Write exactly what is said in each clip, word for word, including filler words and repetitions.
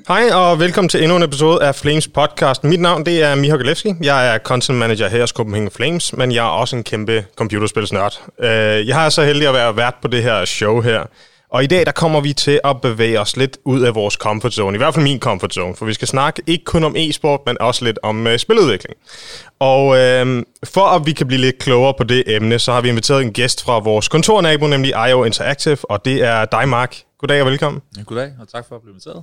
Hej og velkommen til endnu en episode af Flames podcast. Mit navn det er Miha Golevski. Jeg er content manager her hos Copenhagen Flames, men jeg er også en kæmpe computerspilsnørd. Jeg er så heldig at være vært på det her show her. Og i dag der kommer vi til at bevæge os lidt ud af vores comfort zone. I hvert fald min comfort zone, for vi skal snakke ikke kun om e-sport, men også lidt om uh, spiludvikling. Og øh, for at vi kan blive lidt klogere på det emne, så har vi inviteret en gæst fra vores kontornabo, nemlig I O Interactive, og det er dig, Mark. Goddag og velkommen. Ja, goddag, og tak for at blive inviteret.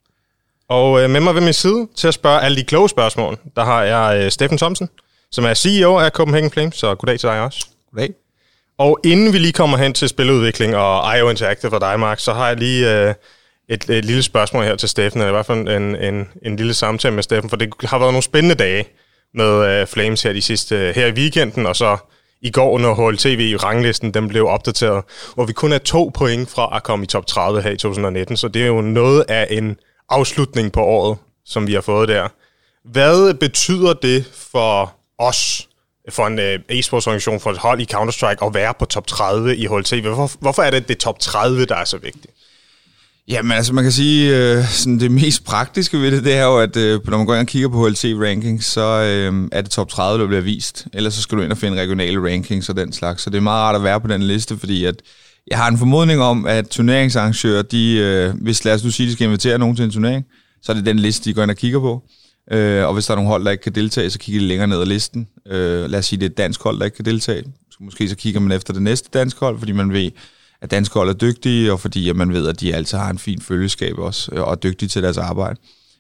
Og øh, med mig ved min side til at spørge alle de kloge spørgsmål, der har jeg øh, Steffen Thomsen, som er C E O af Copenhagen Flames, så goddag til dig også. Goddag. Og inden vi lige kommer hen til spiludvikling og I O Interactive for dig, Mark, så har jeg lige øh, et, et lille spørgsmål her til Steffen, eller i hvert fald en, en, en lille samtale med Steffen, for det har været nogle spændende dage med øh, Flames her de sidste her i weekenden, og så i går, når H L T V-ranglisten den blev opdateret, hvor vi kun er to point fra at komme i top tredive her i to tusind nitten, så det er jo noget af en afslutning på året, som vi har fået der. Hvad betyder det for os, for en uh, e-sportsorganisation, for et hold i Counter-Strike, at være på top tredive i H L T V? Hvorfor, hvorfor er det det top tredive, der er så vigtigt? Jamen altså, man kan sige, øh, sådan det mest praktiske ved det, det er jo, at øh, når man går ind og kigger på H L T V-rankings, så øh, er det top tredive, der bliver vist. Ellers så skal du ind og finde regionale rankings og den slags. Så det er meget rart at være på den liste, fordi at jeg har en formodning om, at turneringsarrangører, de, øh, hvis lad os nu sige, de skal invitere nogen til en turnering, så er det den liste, de går ind og kigger på. Øh, og hvis der er nogle hold, der ikke kan deltage, så kigger de længere ned ad listen. Øh, lad os sige, det er et dansk hold, der ikke kan deltage. Måske så kigger man efter det næste dansk hold, fordi man ved, at dansk hold er dygtige, og fordi at man ved, at de altid har en fin følgeskab også, og er dygtige til deres arbejde.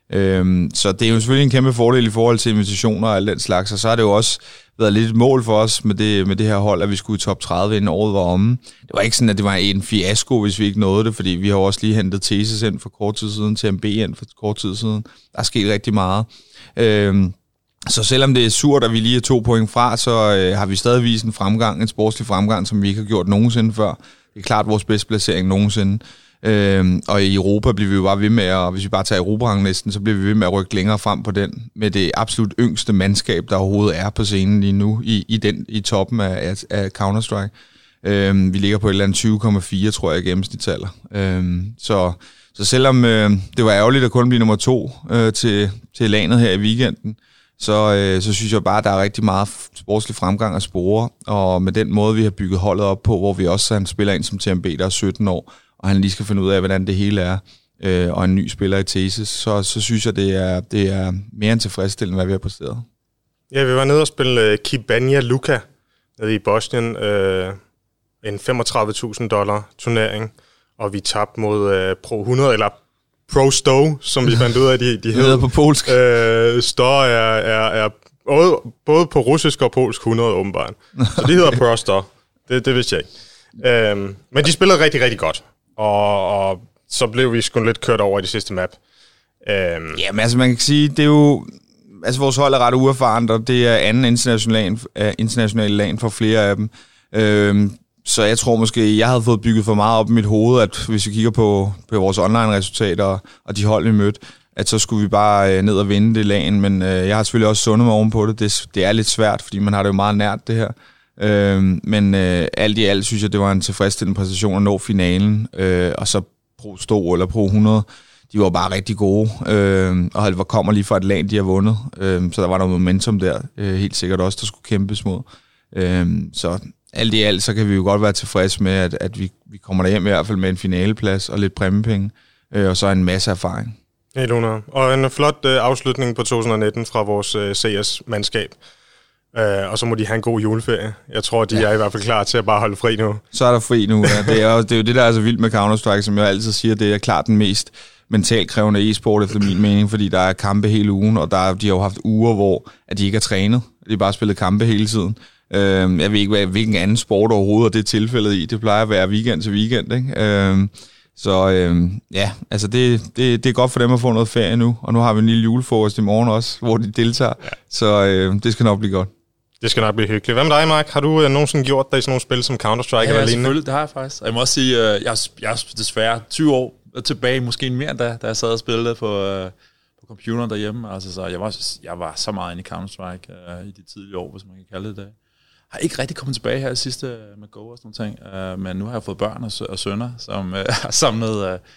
Øh, så det er jo selvfølgelig en kæmpe fordel i forhold til invitationer og alt den slags, og så har det jo også været lidt et mål for os med det, med det her hold, at vi skulle i top tredive, inden året var omme. Det var ikke sådan, at det var en fiasko, hvis vi ikke nåede det, fordi vi har også lige hentet Thesis ind for kort tid siden, T M B ind for kort tid siden. Der er sket rigtig meget. Øhm, så selvom det er surt, at vi lige er to point fra, så øh, har vi stadig vist en fremgang, en sportslig fremgang, som vi ikke har gjort nogensinde før. Det er klart vores bedste placering nogensinde. Øhm, og i Europa bliver vi jo bare ved med, og hvis vi bare tager Europa-ranglisten, så bliver vi ved med at rykke længere frem på den, med det absolut yngste mandskab, der overhovedet er på scenen lige nu, i, i, den, i toppen af, af Counter-Strike. Øhm, vi ligger på et eller andet tyve komma fire, tror jeg, i gennemsnitsalder. Øhm, så, så selvom øh, det var ærgerligt at kun blive nummer to øh, til, til landet her i weekenden, så, øh, så synes jeg bare, at der er rigtig meget sportslig fremgang at spore, og med den måde, vi har bygget holdet op på, hvor vi også har en spiller ind som T M B, der er sytten år, og han lige skal finde ud af, hvordan det hele er, øh, og en ny spiller i Thesis, så, så synes jeg, det er, det er mere end tilfredsstillende, hvad vi har præsteret. Ja, vi var nede og spille uh, Kibania Luka nede i Bosnien, øh, en femogtredive tusind dollar turnering, og vi tabte mod uh, Pro hundrede, eller Pro Sto, som vi fandt ud af, de, de hedder på polsk. Øh, Sto er, er, er både, både på russisk og polsk hundrede åbenbart. Så de hedder Pro Sto. Det, det vidste jeg ikke. Øhm, men de spillede rigtig, rigtig godt. Og, og så blev vi sgu lidt kørt over i det sidste map. Øhm. Jamen altså, man kan sige, det er jo... Altså, vores hold er ret uerfarent, og det er anden international, international land for flere af dem. Øhm, så jeg tror måske, jeg havde fået bygget for meget op i mit hoved, at hvis vi kigger på, på vores online-resultater og de hold, vi mødte, at så skulle vi bare øh, ned og vinde det lagen. Men øh, jeg har selvfølgelig også sundet mig oven på det. det. Det er lidt svært, fordi man har det jo meget nært, det her. Øh, men øh, alt i alt synes jeg, det var en tilfredsstillende præstation at nå finalen. Øh, og så Pro Sto eller Pro hundrede, de var bare rigtig gode. Øh, og det var kommer lige fra et land, de har vundet. Øh, så der var noget momentum der, øh, helt sikkert også, der skulle kæmpes mod. Øh, så alt i alt, så kan vi jo godt være tilfredse med, at, at vi, vi kommer derhjem i hvert fald med en finaleplads og lidt præmiepenge, øh, og så en masse erfaring. Helt hundrede. Og en flot øh, afslutning på to tusind nitten fra vores øh, C S-mandskab. Øh, og så må de have en god juleferie. Jeg tror, de ja. er i hvert fald klar til at bare holde fri nu. Så er der fri nu, ja. Det er, jo, det er jo det, der er så vildt med Counter-Strike, som jeg altid siger, det er klart den mest mentalt krævende e-sport, efter min mening, fordi der er kampe hele ugen, og der er, de har jo haft uger, hvor at de ikke har trænet. De har bare spillet kampe hele tiden. Øh, jeg ved ikke, hvilken anden sport overhovedet er det tilfældet i. Det plejer at være weekend til weekend, ikke? Øh, Så øh, ja, altså det, det, det er godt for dem at få noget ferie nu, og nu har vi en lille julefrokost i morgen også, hvor de deltager, ja. Så øh, det skal nok blive godt. Det skal nok blive hyggeligt. Hvad med dig, Mark? Har du øh, nogensinde gjort dig i sådan nogle spil som Counter-Strike ja, eller lignende? Selvfølgelig, det har jeg faktisk. Og jeg må også sige, øh, jeg, jeg er desværre tyve år tilbage, måske mere end da, da jeg sad og spillede på, øh, på computeren derhjemme. Altså, så jeg, var, jeg var så meget inde i Counter-Strike øh, i de tidlige år, hvis man kan kalde det det. Har ikke rigtig kommet tilbage her i sidste med Go og sådan nogle ting, uh, men nu har jeg fået børn og, sø- og sønner, som uh, har samlet uh,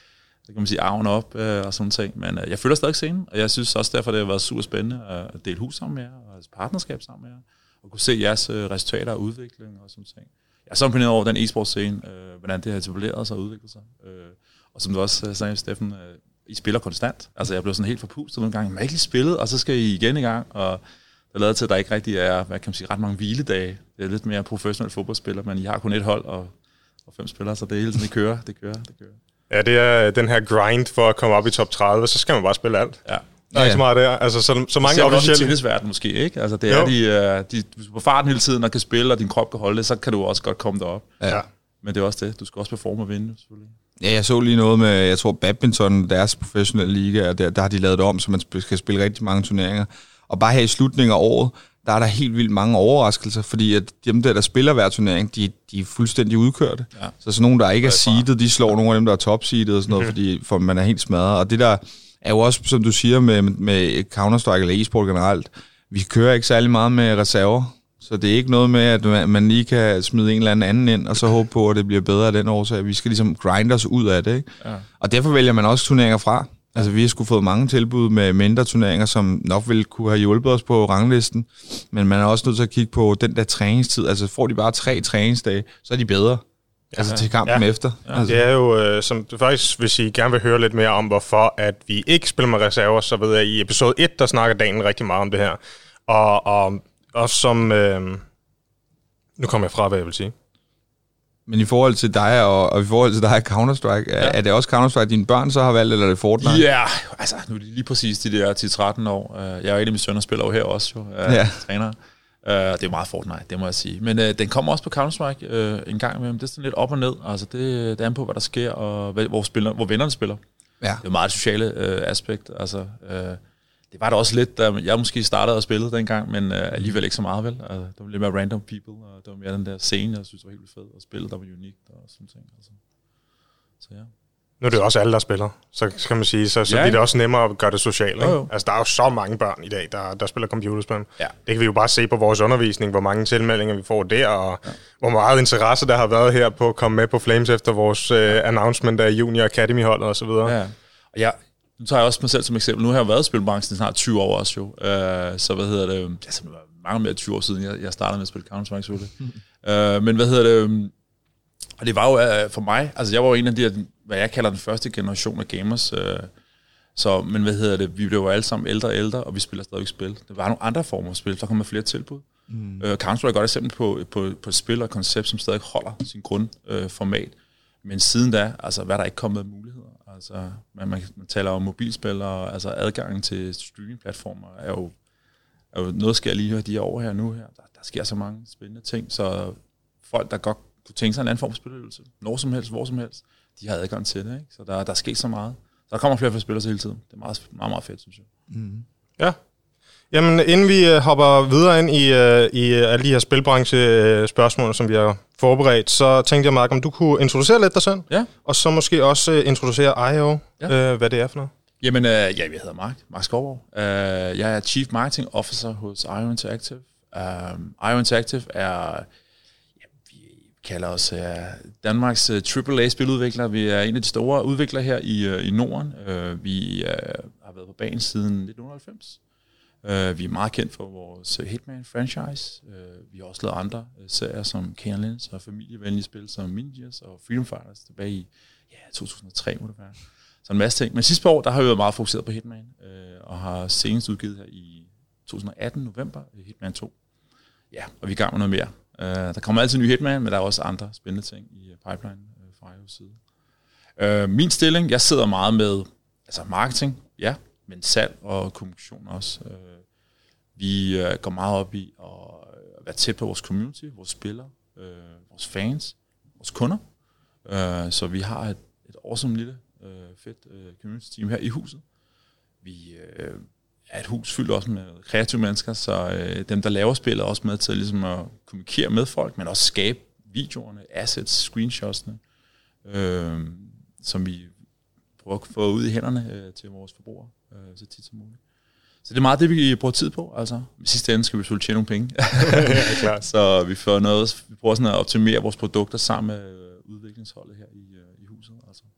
kan man sige, arven op øh, og sådan ting. Men øh, jeg følger stadig scenen, og jeg synes også derfor, det har været super spændende at dele hus sammen med jer, og partnerskab sammen med jer, og kunne se jeres øh, resultater og udvikling og sådan ting. Jeg er så imponeret over den e-sports-scene, øh, hvordan det har etableret sig og udviklet sig. Øh, og som du også sagde, Steffen, øh, I spiller konstant. Altså, jeg blev sådan helt forpustet nogle gange. Man har ikke lige spillet, og så skal I igen i gang, og det lader til, at der ikke rigtig er, hvad kan man sige, ret mange hviledage. Det er lidt mere professionelle fodboldspillere, men I har kun et hold og, og fem spillere, så det er hele tiden, det kører, det kører, det kører. Ja, det er den her grind for at komme op i top tredive, så skal man bare spille alt. Ja. Der er ikke så meget der. Altså, så, så mange officielle... Det er tennisverden måske, ikke? Altså, det er de, de, hvis du er på farten hele tiden og kan spille, og din krop kan holde det, så kan du også godt komme derop. Ja. Men det er også det. Du skal også performe og vinde, selvfølgelig. Ja, jeg så lige noget med, jeg tror, badminton, deres professionelle liga, der, der har de lavet det om, så man skal spille rigtig mange turneringer. Og bare her i slutningen af året, der er der helt vildt mange overraskelser, fordi at dem der, der spiller hver turnering, de, de er fuldstændig udkørte. Ja. Så sådan nogle, der ikke er seedet, de slår nogle af dem, der er top-seedet og sådan noget, mm. fordi for man er helt smadret. Og det der er jo også, som du siger, med, med Counter-Strike eller e-sport generelt, vi kører ikke særlig meget med reserver. Så det er ikke noget med, at man lige kan smide en eller anden ind, og så håbe på, at det bliver bedre af den årsag. Vi skal ligesom grinde os ud af det, ikke? Ja. Og derfor vælger man også turneringer fra. Altså, vi har sgu fået mange tilbud med mindre turneringer, som nok ville kunne have hjulpet os på ranglisten. Men man er også nødt til at kigge på den der træningstid. Altså, får de bare tre træningsdage, så er de bedre. Ja. Altså, til kampen ja. efter. Ja. Altså. Det er jo, øh, som faktisk, hvis I gerne vil høre lidt mere om, hvorfor at vi ikke spiller med reserver, så ved jeg, i episode et, der snakker Daniel rigtig meget om det her. Og, og også som... Øh, nu kommer jeg fra, hvad jeg vil sige. Men i forhold til dig og, og i forhold til dig og Counter-Strike, er, ja. er det også Counter-Strike, dine børn så har valgt, eller er det Fortnite? Ja, yeah, altså nu er det lige præcis de der ti tretten år. Jeg er jo en af mine sønner, spiller jo her også jo, ja. træner. Uh, det er meget Fortnite, det må jeg sige. Men uh, den kommer også på Counter-Strike uh, en gang imellem. Det er sådan lidt op og ned. Altså det, det er an på, hvad der sker, og hvad, hvor, spiller, hvor vennerne spiller. Ja. Det er jo meget det sociale uh, aspekt. Altså, uh, det var da også lidt, da jeg måske startede at spille dengang, men uh, alligevel ikke så meget vel. Altså, det var lidt mere random people, og det var mere den der scene, jeg synes var helt fed, og spillet der var unikt og sådan ting. Altså. Så ja. Nu er det jo også alle, der spiller, så kan man sige, så, så ja, bliver det også nemmere at gøre det socialt. Ikke? Jo, jo. Altså, der er jo så mange børn i dag, der, der spiller computerspil. Ja. Det kan vi jo bare se på vores undervisning, hvor mange tilmeldinger vi får der, og ja. hvor meget interesse der har været her på at komme med på Flames efter vores uh, announcement af Junior Academy-holdet osv. Ja, og jeg, nu tager jeg også mig selv som eksempel. Nu har jeg været i spilbranchen snart tyve år også jo, uh, så hvad hedder det, altså mange mere tyve år siden, jeg, jeg startede med at spille Counter-Strike selvfølgelig. uh, men hvad hedder det, og det var jo uh, for mig, altså jeg var jo en af de her, hvad jeg kalder den første generation af gamers. Øh, så, men hvad hedder det? Vi blev jo alle sammen ældre og ældre, og vi spiller stadig spil. Der var nogle andre former af spil, der kommer flere tilbud. Mm. Øh, Counter-Strike er godt eksempel på, på, på et spil og et koncept, som stadig holder sin grundformat. Øh, men siden da, altså hvad der ikke kommet af muligheder. Altså, man, man, man taler om mobilspil, og altså adgangen til streamingplatformer er jo, er jo noget, skal jeg lige høre de her år her nu her. Der, der sker så mange spændende ting, så folk, der godt kunne tænke sig en anden form for spiløvelse, når som helst, hvor som helst, de har adgang til det, ikke? Så der, der er sket så meget. Så der kommer flere for spillere hele tiden. Det er meget, meget, meget fedt, synes jeg. Mm. Ja. Jamen, inden vi uh, hopper videre ind i, uh, i alle de her spilbranche-spørgsmål, som vi har forberedt, så tænkte jeg, Mark, om du kunne introducere lidt dig selv, ja. og så måske også uh, introducere I O, ja. uh, hvad det er for noget. Jamen, uh, ja, jeg hedder Mark, Mark Skovborg. Uh, jeg er Chief Marketing Officer hos I O Interactive. Uh, I O Interactive er... kalder os uh, Danmarks uh, triple A-spiludvikler. Vi er en af de store udviklere her i, uh, i Norden. Uh, vi uh, har været på banen siden nitten halvfems. Uh, vi er meget kendt for vores uh, Hitman-franchise. Uh, vi har også lavet andre uh, serier som Kane Lynch og familievenlige spil som Ninjas og Freedom Fighters tilbage i ja, to tusind og tre, må det være. Så en masse ting. Men sidste år, der har vi været meget fokuseret på Hitman, uh, og har senest udgivet her i to tusind og atten november Hitman to. Ja, og vi er i gang med noget mere. Uh, der kommer altid en ny Hitman, men der er også andre spændende ting i uh, pipeline uh, fra I O's side. Uh, min stilling, jeg sidder meget med altså marketing, ja, men salg og kommunikation også. Uh, vi uh, går meget op i at være tæt på vores community, vores spillere, uh, vores fans, vores kunder. Uh, så vi har et, et awesome lille uh, fedt uh, community team her i huset. Vi uh, er et hus fyldt også med kreative mennesker, så øh, dem, der laver spillet, er også med til ligesom at kommunikere med folk, men også skabe videoerne, assets, screenshotsene, øh, som vi prøver at få ud i hænderne øh, til vores forbrugere øh, så tit som muligt. Så det er meget det, vi bruger tid på. Altså, i sidste ende skal vi selvfølgelig tjene nogle penge. Ja, klart. Så vi får noget, vi prøver sådan at optimere vores produkter sammen med udviklingsholdet her i, øh, i huset. Altså.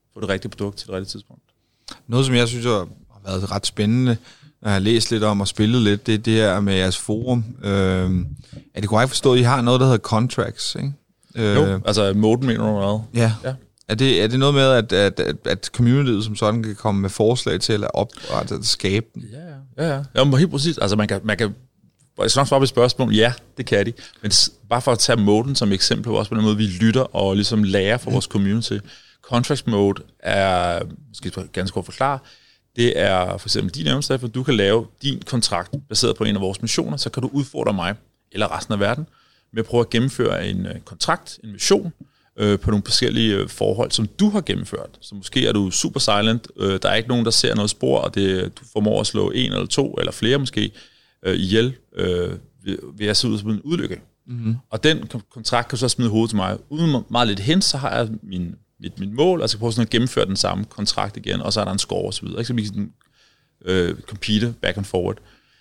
få det rigtige produkt til det rigtige tidspunkt. Noget, som jeg synes har været ret spændende, når jeg har læst lidt om og spillet lidt, det er det her med jeres forum. Øh, er det korrekt forstået, at I har noget, der hedder contracts, ikke? Øh, jo, altså moden mener du noget? Ja. ja. Er det, er det noget med, at, at, at, at communityet som sådan kan komme med forslag til at oprette og skabe den? Ja, ja. ja. Jamen, helt præcis. Altså, man kan, man kan jeg skal nok svare på et spørgsmål. Ja, det kan de. Men bare for at tage moden som eksempel, også på den måde, vi lytter og ligesom lærer fra vores community. Contract mode er, skal jeg ganske kort forklare, det er for eksempel din evne, for du kan lave din kontrakt baseret på en af vores missioner, så kan du udfordre mig eller resten af verden med at prøve at gennemføre en kontrakt, en mission, øh, på nogle forskellige forhold, som du har gennemført. Så måske er du super silent, øh, der er ikke nogen, der ser noget spor, og det, du formår at slå en eller to, eller flere måske, øh, ihjel øh, ved, ved at se ud som en ulykke. Mm-hmm. Og den kontrakt kan du så smide hovedet til mig. Uden meget lidt hint, så har jeg min, mit, mit mål, og så kan jeg prøve sådan at gennemføre den samme kontrakt igen, og så er der en score og så videre. Ikke? Så vi kan øh, compete back and forward.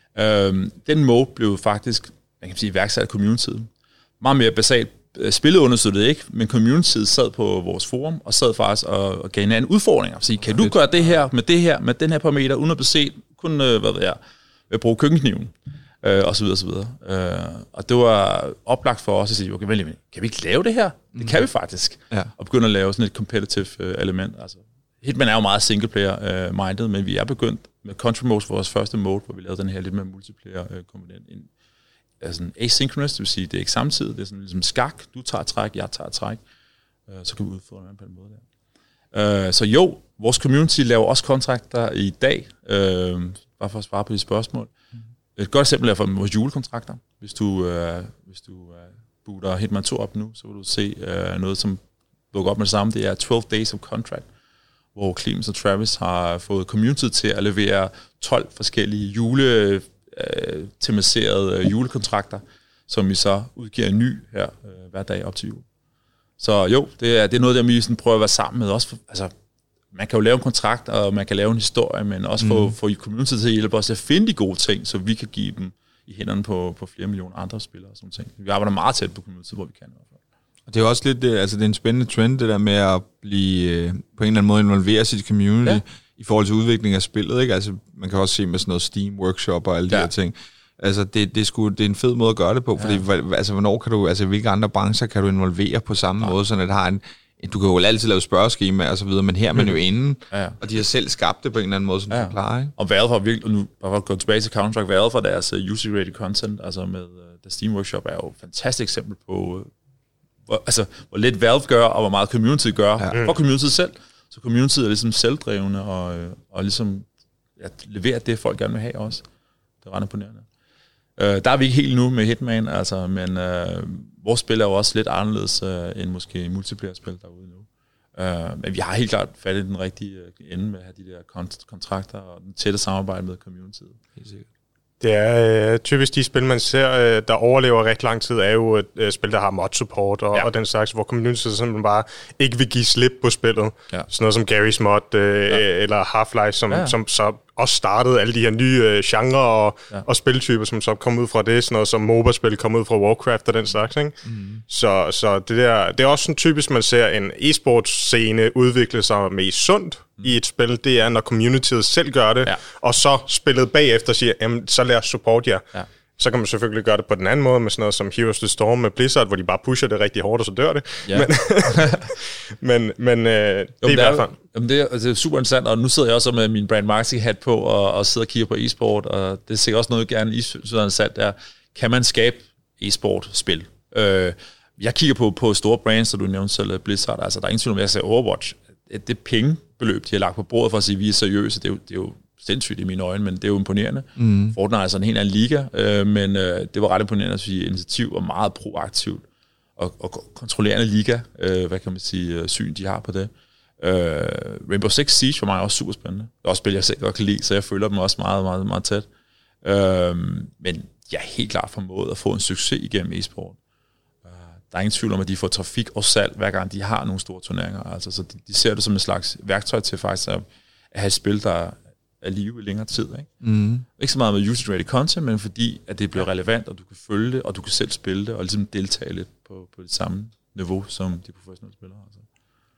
Øh, den mode blev faktisk, man kan sige, iværksat af communityet. Meget mere basalt. Spillet understøttede ikke, men communityet sad på vores forum, og sad faktisk og, og gav hinanden udfordringer. Så kan du gøre det her, med det her, med den her parameter, uden at beset, kun, hvad ved jeg, at bruge køkkenkniven, øh, og så videre, og så videre. Øh, og det var oplagt for os at sige, okay, vel, kan vi ikke lave det her? Det kan vi faktisk. Ja. Og begynde at lave sådan et competitive øh, element. Altså, Hitman er jo meget singleplayer-minded, øh, men vi er begyndt med Country Mode, vores første mode, hvor vi lavede den her lidt mere multiplayer-komponent ind. Er sådan asynchronous, det vil sige, det er ikke samtidig, det er sådan ligesom skak, du tager et træk, jeg tager et træk, øh, så kan vi udfordre på den måde der. Øh, så jo, vores community laver også kontrakter i dag, øh, bare for at svare på de spørgsmål. Mm. Et godt eksempel er for vores julekontrakter. Hvis du, øh, hvis du øh, booter Hitman to op nu, så vil du se øh, noget, som dukker op med det samme, det er tolv Days of Contract, hvor Clemens og Travis har fået community til at levere tolv forskellige jule Øh, tematiserede øh, julekontrakter, som vi så udgiver en ny her øh, hver dag op til jul. Så jo, det er, det er noget, der vi sådan prøver at være sammen med. Også for, altså, man kan jo lave en kontrakt, og man kan lave en historie, men også mm. få, få community til at hjælpe os at finde de gode ting, så vi kan give dem i hænderne på, på flere millioner andre spillere og sådan ting. Vi arbejder meget tæt på community, hvor vi kan i hvert fald. Og det er også lidt, altså det er en spændende trend, det der med at blive øh, på en eller anden måde involvere sit community, ja, i forhold til udvikling af spillet, ikke? Altså, man kan også se med sådan noget Steam-workshop og alle de ja. her ting. Altså, det, det, er sgu, det er en fed måde at gøre det på, ja. fordi altså, hvornår kan du, altså, hvilke andre brancher kan du involvere på samme ja. måde, sådan at det har en, du kan jo altid lave spørgeskema og så videre, men her er man jo inde, ja. og de har selv skabt det på en eller anden måde, som ja. du forklarer, ikke? Og Valve har virkelig, og nu bare for at gå tilbage til Counter-Strike, Valve for deres uh, user-rated content, altså med uh, der Steam-workshop er jo et fantastisk eksempel på, uh, hvor, altså, hvor lidt Valve gør, og hvor meget community gør, ja. for community selv. Så communityet er ligesom selvdrevne, og, og ligesom ja, leverer det, folk gerne vil have også. Det er ret imponerende. Uh, der er vi ikke helt nu med Hitman, altså, men uh, vores spil er jo også lidt anderledes uh, end måske multiplayer-spil derude nu. Uh, men vi har helt klart fat i den rigtige uh, ende med at have de der kont- kontrakter og den tætte samarbejde med communityet. Helt sikkert. Det er øh, typisk de spil, man ser, øh, der overlever rigtig lang tid, er jo et øh, spil, der har mod-support og, ja. og den slags, hvor community simpelthen bare ikke vil give slip på spillet. Ja. Sådan noget som Garry's Mod øh, ja. eller Half-Life, som, ja. som så også startede alle de her nye øh, genrer og, ja. og spiltyper, som så kom ud fra det. Sådan noget som MOBA-spil kom ud fra Warcraft og den slags. Ikke? Mm. Så, så det, der, det er også sådan typisk, man ser en e-sports-scene udvikle sig mest sundt mm. i et spil. Det er, når communityet selv gør det, ja. og så spillet bagefter siger, jamen, så lad os support jer. Ja. Så kan man selvfølgelig gøre det på den anden måde, med sådan noget som Heroes of the Storm med Blizzard, hvor de bare pusher det rigtig hårdt, og så dør det. Ja. Men, men, men øh, det er i hvert fald. Jamen det, er, det er super interessant, og nu sidder jeg også med min brand marketing hat på, og, og sidder og kigger på e-sport, og det er sikkert også noget, jeg gerne i synes er interessant, er, kan man skabe e-sport-spil? Øh, jeg kigger på, på store brands, så du nævnte selv Blizzard, altså der er ingen tvivl om, jeg siger Overwatch. Det pengebeløb, de har lagt på bordet for at sige, at vi er seriøse, det er jo, det er jo sindssygt i mine øjne, men det er jo imponerende. Mm. Fortnite er sådan en helt anden liga, øh, men øh, det var ret imponerende at sige, initiativ og meget proaktivt og, og kontrollerende liga, øh, hvad kan man sige, syn de har på det. Øh, Rainbow Six Siege for mig er også super spændende. Det er også spil, jeg selv godt kan lide, så jeg føler dem også meget, meget, meget tæt. Øh, men jeg er helt klart formået at få en succes igennem e-sport. Øh, der er ingen tvivl om, at de får trafik og salg, hver gang de har nogle store turneringer. Altså, så de, de ser det som en slags værktøj til faktisk at, at have et spil, der af live i længere tid. Ikke? Mm. Ikke så meget med user-rated content, men fordi at det bliver relevant, og du kan følge det, og du kan selv spille det, og ligesom deltage lidt på, på det samme niveau, som de professionelle spillere. Altså.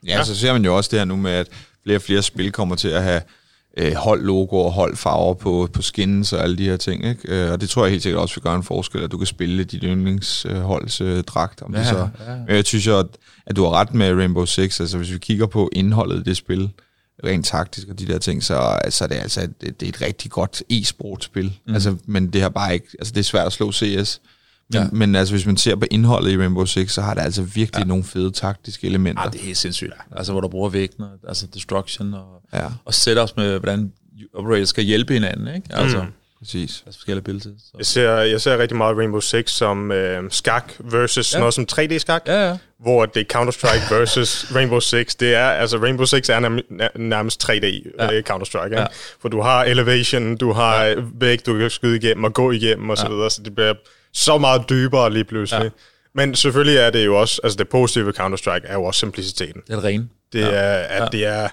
Ja, ja, så ser man jo også det her nu med, at flere og flere spil kommer til at have øh, holdlogoer og holdfarver på, på skins og alle de her ting, ikke? Øh, og det tror jeg helt sikkert også vil gøre en forskel, at du kan spille dit yndlingsholdsdragt. Om ja, det så. Ja. Men jeg synes jo, at, at du har ret med Rainbow Six. Altså hvis vi kigger på indholdet i det spil, rent taktisk og de der ting, så, så er det altså et, det er et rigtig godt e-sportspil. Mm. Altså, men det har bare ikke, altså det er svært at slå C S. Men, ja. men altså, hvis man ser på indholdet i Rainbow Six, så har det altså virkelig ja. nogle fede taktiske elementer. Ja, det er helt sindssygt. Altså, hvor du bruger væggene, altså destruction og, ja. og setups med, hvordan operators skal hjælpe hinanden, ikke? Altså, mm. præcis. Der er forskellige billeder. Jeg ser, jeg ser rigtig meget Rainbow Six som øh, skak versus ja. noget som tre D-skak, ja, ja. hvor det er Counter-Strike versus Rainbow Six. Det er, altså Rainbow Six er nærmest, nærmest tre D ja. øh, Counter-Strike, ja. For du har elevation, du har ja. væg, du kan skyde igennem og gå igennem og så videre, så det bliver så meget dybere lige pludselig. Ja. Men selvfølgelig er det jo også, altså det positive ved Counter-Strike er jo også simpliciteten. Det er det rene. Det ja. er, at ja. det er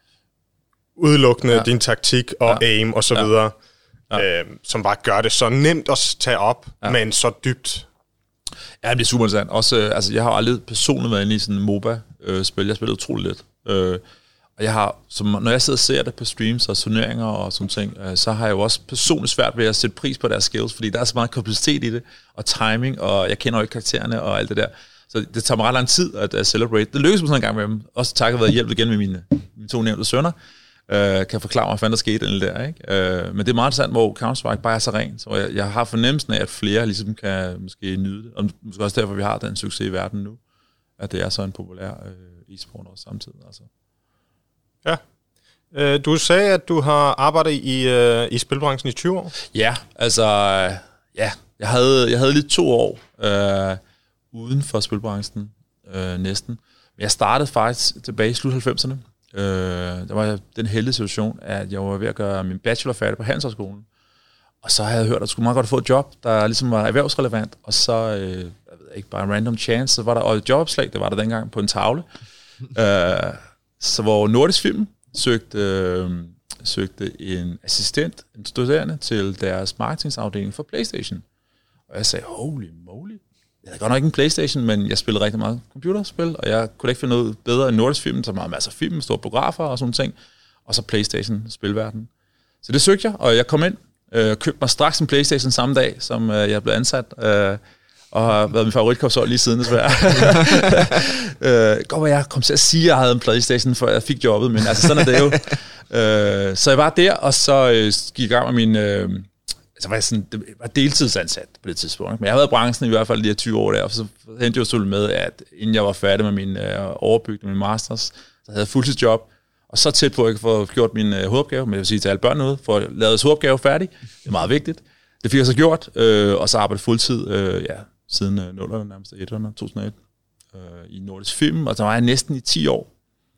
udelukkende ja. din taktik og ja. aim og så ja. videre, ja. øh, som bare gør det så nemt at tage op, ja. men så dybt. Ja, det er super interessant. Også, øh, altså, jeg har aldrig personligt været inde i sådan en MOBA-spil. Jeg spiller utroligt lidt. Øh, og jeg har, som, når jeg sidder og ser det på streams og turneringer og sådan ting, øh, så har jeg jo også personligt svært ved at sætte pris på deres skills, fordi der er så meget kompleksitet i det, og timing, og jeg kender jo ikke karaktererne og alt det der. Så det tager mig ret lang tid at uh, celebrate. Det lykkes mig sådan en gang med dem. Også takket være hjælp igen med mine, mine to nævnte sønner. Uh, kan forklare mig, hvad der skete eller der, ikke? Uh, men det er meget interessant, hvor Counter-Strike bare er så ren. Så jeg, jeg har fornemmelsen af, at flere ligesom kan måske nyde det. Og måske også derfor, vi har den succes i verden nu. At det er så en populær uh, e-sport også samtidig. Altså. Ja. Uh, du sagde, at du har arbejdet i, uh, i spilbranchen i tyve år. Ja, altså... Uh, ja, jeg havde, jeg havde lige to år uh, uden for spilbranchen uh, næsten. Men jeg startede faktisk tilbage i slut halvfemserne. Uh, der var den heldige situation, at jeg var ved at gøre min bachelor færdig på Handelshøjskolen. Og så havde jeg hørt, at jeg skulle meget godt få et job, der ligesom var erhvervsrelevant. Og så, uh, jeg ved ikke, bare en random chance, så var der og et jobopslag, det var der dengang på en tavle. uh, så hvor Nordisk Film søgte, uh, søgte en assistent, en studerende, til deres marketingsafdeling for PlayStation. Og jeg sagde, holy moly. Jeg havde godt nok ikke en PlayStation, men jeg spillede rigtig meget computerspil, og jeg kunne ikke finde noget bedre end Nordisk Film, som har masser af film, store biografer og sådan ting, og så PlayStation, spilverden. Så det søgte jeg, og jeg kom ind, øh, købte mig straks en PlayStation samme dag, som øh, jeg blev ansat, øh, og har været min favoritkonsol lige siden, desværre. øh, godt var jeg kom til at sige, at jeg havde en PlayStation, før jeg fik jobbet, men altså sådan er det jo. øh, så jeg var der, og så øh, gik jeg i gang med min... Øh, så var jeg sådan, det var deltidsansat på det tidspunkt. Men jeg har været i branchen i hvert fald de her tyve år der, og så endte jeg jo med, at inden jeg var færdig med min øh, overbygning, min masters, så havde jeg fuldtidsjob, og så tæt på, at jeg kan få gjort min øh, hovedopgave, men jeg vil sige til alle børn noget, for at lave deres hovedopgave færdig. Det er meget vigtigt. Det fik jeg så gjort, øh, og så arbejdede fuldtid, øh, ja, siden øh, nullerne, nærmest etterne, to tusind og et, øh, i Nordisk Film, og så var jeg næsten i ti år.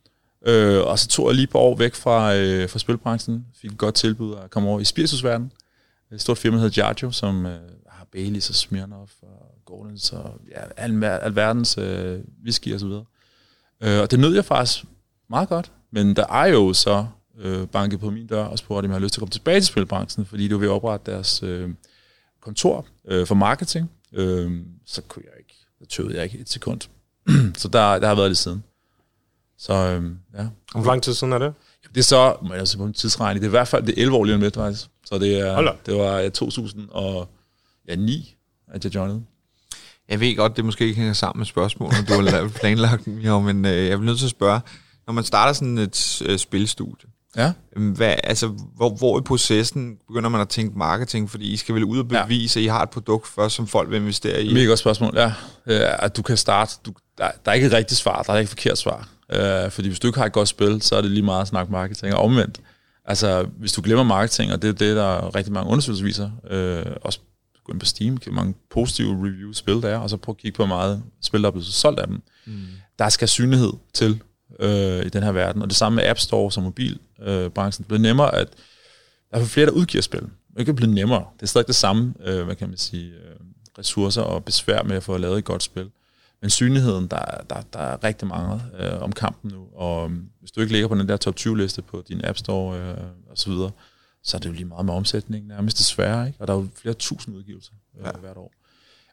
Øh, og så tog jeg lige et par år væk fra, øh, fra spilbranchen, fik et godt tilbud at komme over i spiritusverdenen. Et stort firma, der hedder Diageo, som øh, har Baileys og Smirnoff og Gordons og ja, al, al verdens øh, whisky og så videre. Øh, og det nød jeg faktisk meget godt, men der er jo så øh, banket på min dør og spurgte, om jeg har lyst til at komme tilbage til spilbranchen, fordi de vil oprette deres øh, kontor øh, for marketing. Øh, så kunne jeg ikke, så tøvede jeg ikke et sekund. Så der, der har været lidt siden. Så øh, ja. Hvor lang tid siden er det? Det er så, må jeg sige på en tidsregning, det er i hvert fald det er elleve år lige om lidt, faktisk. Så det, er, det var to tusind og ni, at jeg joinede. Jeg ved godt, det måske ikke hænger sammen med spørgsmålene, du har planlagt dem, jo, men øh, jeg vil nødt til at spørge, når man starter sådan et øh, spilstudie, ja. hvad, altså, hvor, hvor i processen begynder man at tænke marketing, fordi I skal vel ud og bevise, ja. at I har et produkt først, som folk vil investere i? Mega godt spørgsmål, ja. At du kan starte, du, der, der er ikke et rigtigt svar, der er ikke et forkert svar. Uh, fordi hvis du ikke har et godt spil, så er det lige meget at snakke marketing, og omvendt. Altså, hvis du glemmer marketing, og det er det, der er rigtig mange undersøgelser viser, øh, også gå ind på Steam, hvor mange positive reviews spil der er, og så prøv at kigge på, hvor meget spil, der er blevet solgt af dem. Mm. Der skal synlighed til øh, i den her verden, og det samme med App Store som mobilbranchen. Øh, det bliver nemmere, at der er flere, der udgiver spil. Det kan blive nemmere. Det er stadig det samme, øh, hvad kan man sige, øh, ressourcer og besvær med at få lavet et godt spil. Men synligheden, der, der, der er rigtig mange øh, om kampen nu, og øh, hvis du ikke ligger på den der top tyve liste på din App Store øh, og så videre, så er det jo lige meget med omsætning, nærmest desværre, ikke? Og der er jo flere tusind udgivelser øh, ja. hvert år.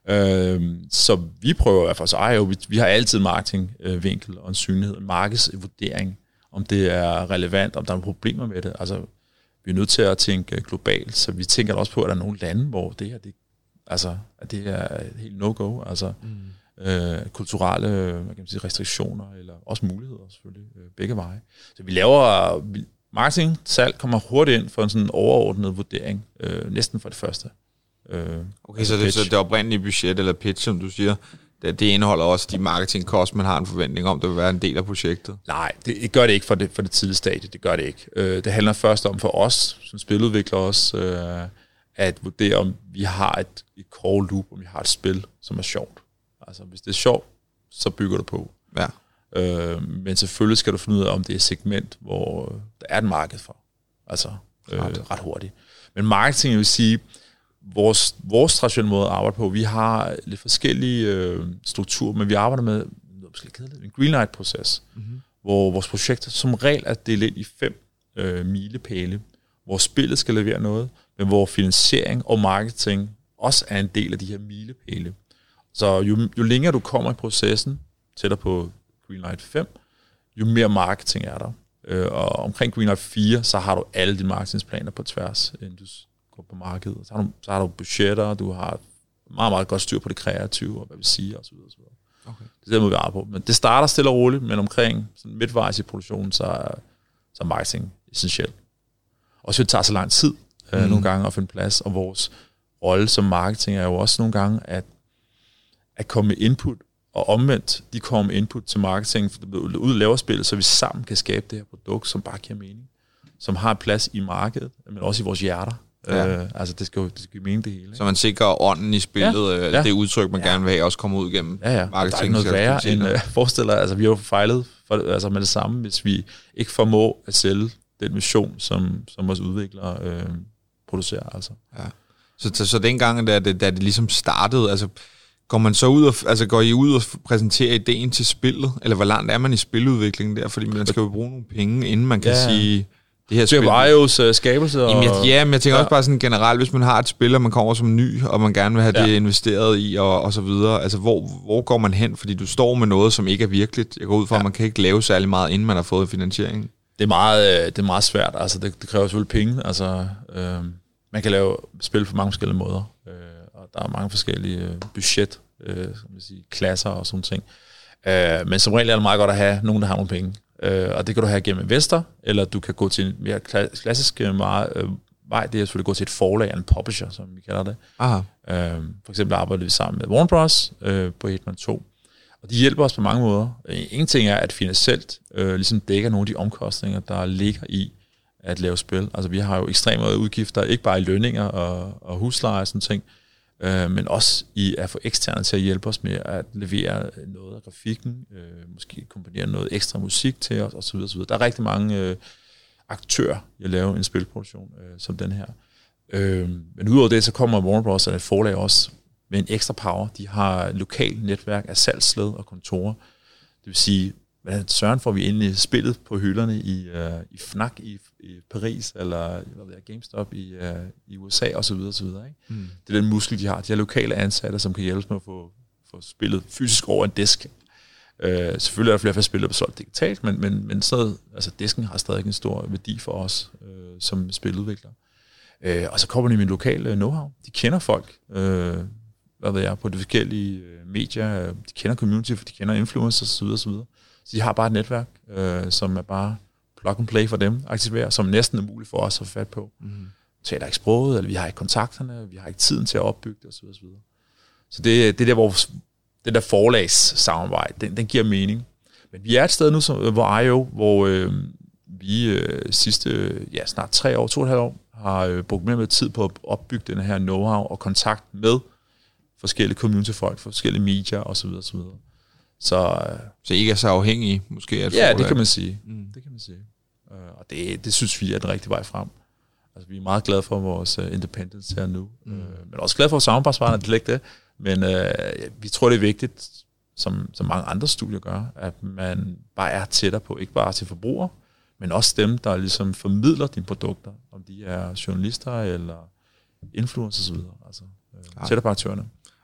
Øh, så vi prøver i hvert fald, så I O, vi, vi har altid marketingvinkel og en synlighed, en markedsvurdering, om det er relevant, om der er nogle problemer med det. Altså, vi er nødt til at tænke globalt, så vi tænker også på, at der er nogle lande, hvor det her, det, altså, at det er et helt no-go, altså mm. øh, kulturelle hvad kan man sige, restriktioner, eller også muligheder selvfølgelig, øh, begge veje. Så vi laver, vi, marketing, salg kommer hurtigt ind for en sådan overordnet vurdering, øh, næsten for det første. Øh, okay, altså så, det, så det oprindelige budget, eller pitch, som du siger, det, det indeholder også de marketingkost, man har en forventning om, det vil være en del af projektet? Nej, det, det gør det ikke for det, for det tidlige stadie, det gør det ikke. Øh, det handler først om for os, som spiludviklere også, øh, at vurdere, om vi har et, et core loop, om vi har et spil, som er sjovt. Altså, hvis det er sjovt, så bygger du på. Ja. Øh, men selvfølgelig skal du finde ud af, om det er et segment, hvor der er et marked for. Altså, øh, ret. ret hurtigt. Men marketing, jeg vil sige, vores, vores traditionelle måde at arbejde på, vi har lidt forskellige øh, strukturer, men vi arbejder med en greenlight-proces, mm-hmm. hvor vores projekter som regel er delt ind i fem øh, milepæle, hvor spillet skal levere noget, men hvor finansiering og marketing også er en del af de her milepæle. Så jo, jo længere du kommer i processen, tættere på Greenlight fem, jo mere marketing er der. Øh, og omkring Greenlight fire, så har du alle dine marketingsplaner på tværs, inden du går på markedet. Så har du, så har du budgetter, du har meget, meget godt styr på det kreative, og hvad vi siger, osv. osv. Okay. Det er det, vi arbejder på. Men det starter stille og roligt, men omkring sådan midtvejs i produktionen, så er, så er marketing essentielt. Og så det tager så lang tid mm. øh, nogle gange at finde plads, og vores rolle som marketing er jo også nogle gange at, at komme med input, og omvendt, de kommer med input til marketing, ud og laver spillet, så vi sammen kan skabe det her produkt, som bare giver mening, som har plads i markedet, men også i vores hjerter. Ja. Øh, altså det skal jo det skal give mening det hele. Ikke? Så man sikrer ånden i spillet, ja. Ja. Det udtryk, man ja. gerne vil have, også kommer ud igennem ja, ja. marketing. Der er ikke noget værre end uh, forestiller, altså vi har jo fejlet for, altså med det samme, hvis vi ikke formår at sælge den mission, som, som vores udviklere øh, producerer. Altså. Ja. Så, så, så dengang, da det, da det ligesom startede, altså går man så ud og, altså går I ud og præsenterer ideen til spillet, eller hvor langt er man i spiludviklingen der, fordi man skal jo bruge nogle penge, inden man kan ja. sige det her spil. Det var jo uh, skabelse. Og Jamen, jeg, ja, men jeg tænker ja. også bare sådan generelt, hvis man har et spil, og man kommer som ny, og man gerne vil have ja. det investeret i, og, og så videre, altså hvor, hvor går man hen? Fordi du står med noget, som ikke er virkeligt. Jeg går ud fra, ja. at man kan ikke lave særlig meget, inden man har fået finansiering. Det er meget, det er meget svært, altså det, det kræver selvfølgelig penge, altså øh, man kan lave spil på mange forskellige måder, øh, og der er mange forskellige øh, budget, øh, som vil sige, klasser og sådan ting. Øh, men som regel er det meget godt at have nogen, der har nogle penge. Øh, og det kan du have gennem investor, eller du kan gå til en mere klassisk meget, øh, vej, det er selvfølgelig at gå til et forlag, en publisher, som vi kalder det. Aha. Øh, for eksempel arbejder vi sammen med Warner Bros. Øh, på Hitman to. Og de hjælper os på mange måder. En ting er, at finansielt øh, ligesom dækker nogle af de omkostninger, der ligger i at lave spil. Altså vi har jo ekstreme udgifter, ikke bare i lønninger og, og husleje og sådan ting, øh, men også i at få eksterne til at hjælpe os med at levere noget af grafikken, øh, måske kombinere noget ekstra musik til os osv. osv. Der er rigtig mange øh, aktører i at lave en spilproduktion øh, som den her. Øh, men udover det, så kommer Warner Bros. Og et forlag også med en ekstra power. De har et lokalt netværk af salgsled og kontorer. Det vil sige, hvordan søren får vi egentlig spillet på hylderne i, uh, i F N A C i, i Paris, eller hvad ved jeg, GameStop i, uh, i U S A osv. osv. Ikke? Mm. Det er den muskel, de har. De har lokale ansatte, som kan hjælpe med at få, få spillet fysisk over en disk. Uh, selvfølgelig er der flere for spillet på solgt digitalt, men, men, men så, altså, disken har stadig en stor værdi for os uh, som spiludviklere. Uh, og så kommer de med en lokal know-how. De kender folk, uh, hvad ved jeg, på de forskellige medier. De kender community, de kender influencers osv. osv. Så de har bare et netværk, øh, som er bare plug and play for dem, aktivere, som næsten er muligt for os at få fat på. Mm. Taler ikke sproget, eller vi har ikke kontakterne, vi har ikke tiden til at opbygge det osv. osv. Så det, det der, hvor det der forlags samarbejde, den, den giver mening. Men vi er et sted nu, som, hvor I O, hvor øh, vi øh, sidste ja, snart tre år, to og et halvt år, har øh, brugt mere med tid på at opbygge den her know-how og kontakt med forskellige communityfolk, forskellige medier osv. osv. Så, så I ikke er så afhængige, måske? At ja, det kan man sige. Mm. Det kan man sige. Uh, og det, det synes vi er den rigtige vej frem. Altså, vi er meget glade for vores uh, independence her nu. Mm. Uh, men også glade for vores samarbejdspartner, det er ikke det. Men uh, vi tror, det er vigtigt, som, som mange andre studier gør, at man bare er tættere på, ikke bare til forbrugere, men også dem, der ligesom formidler dine produkter, om de er journalister eller influencers osv. Altså, uh, tættere på aktørerne.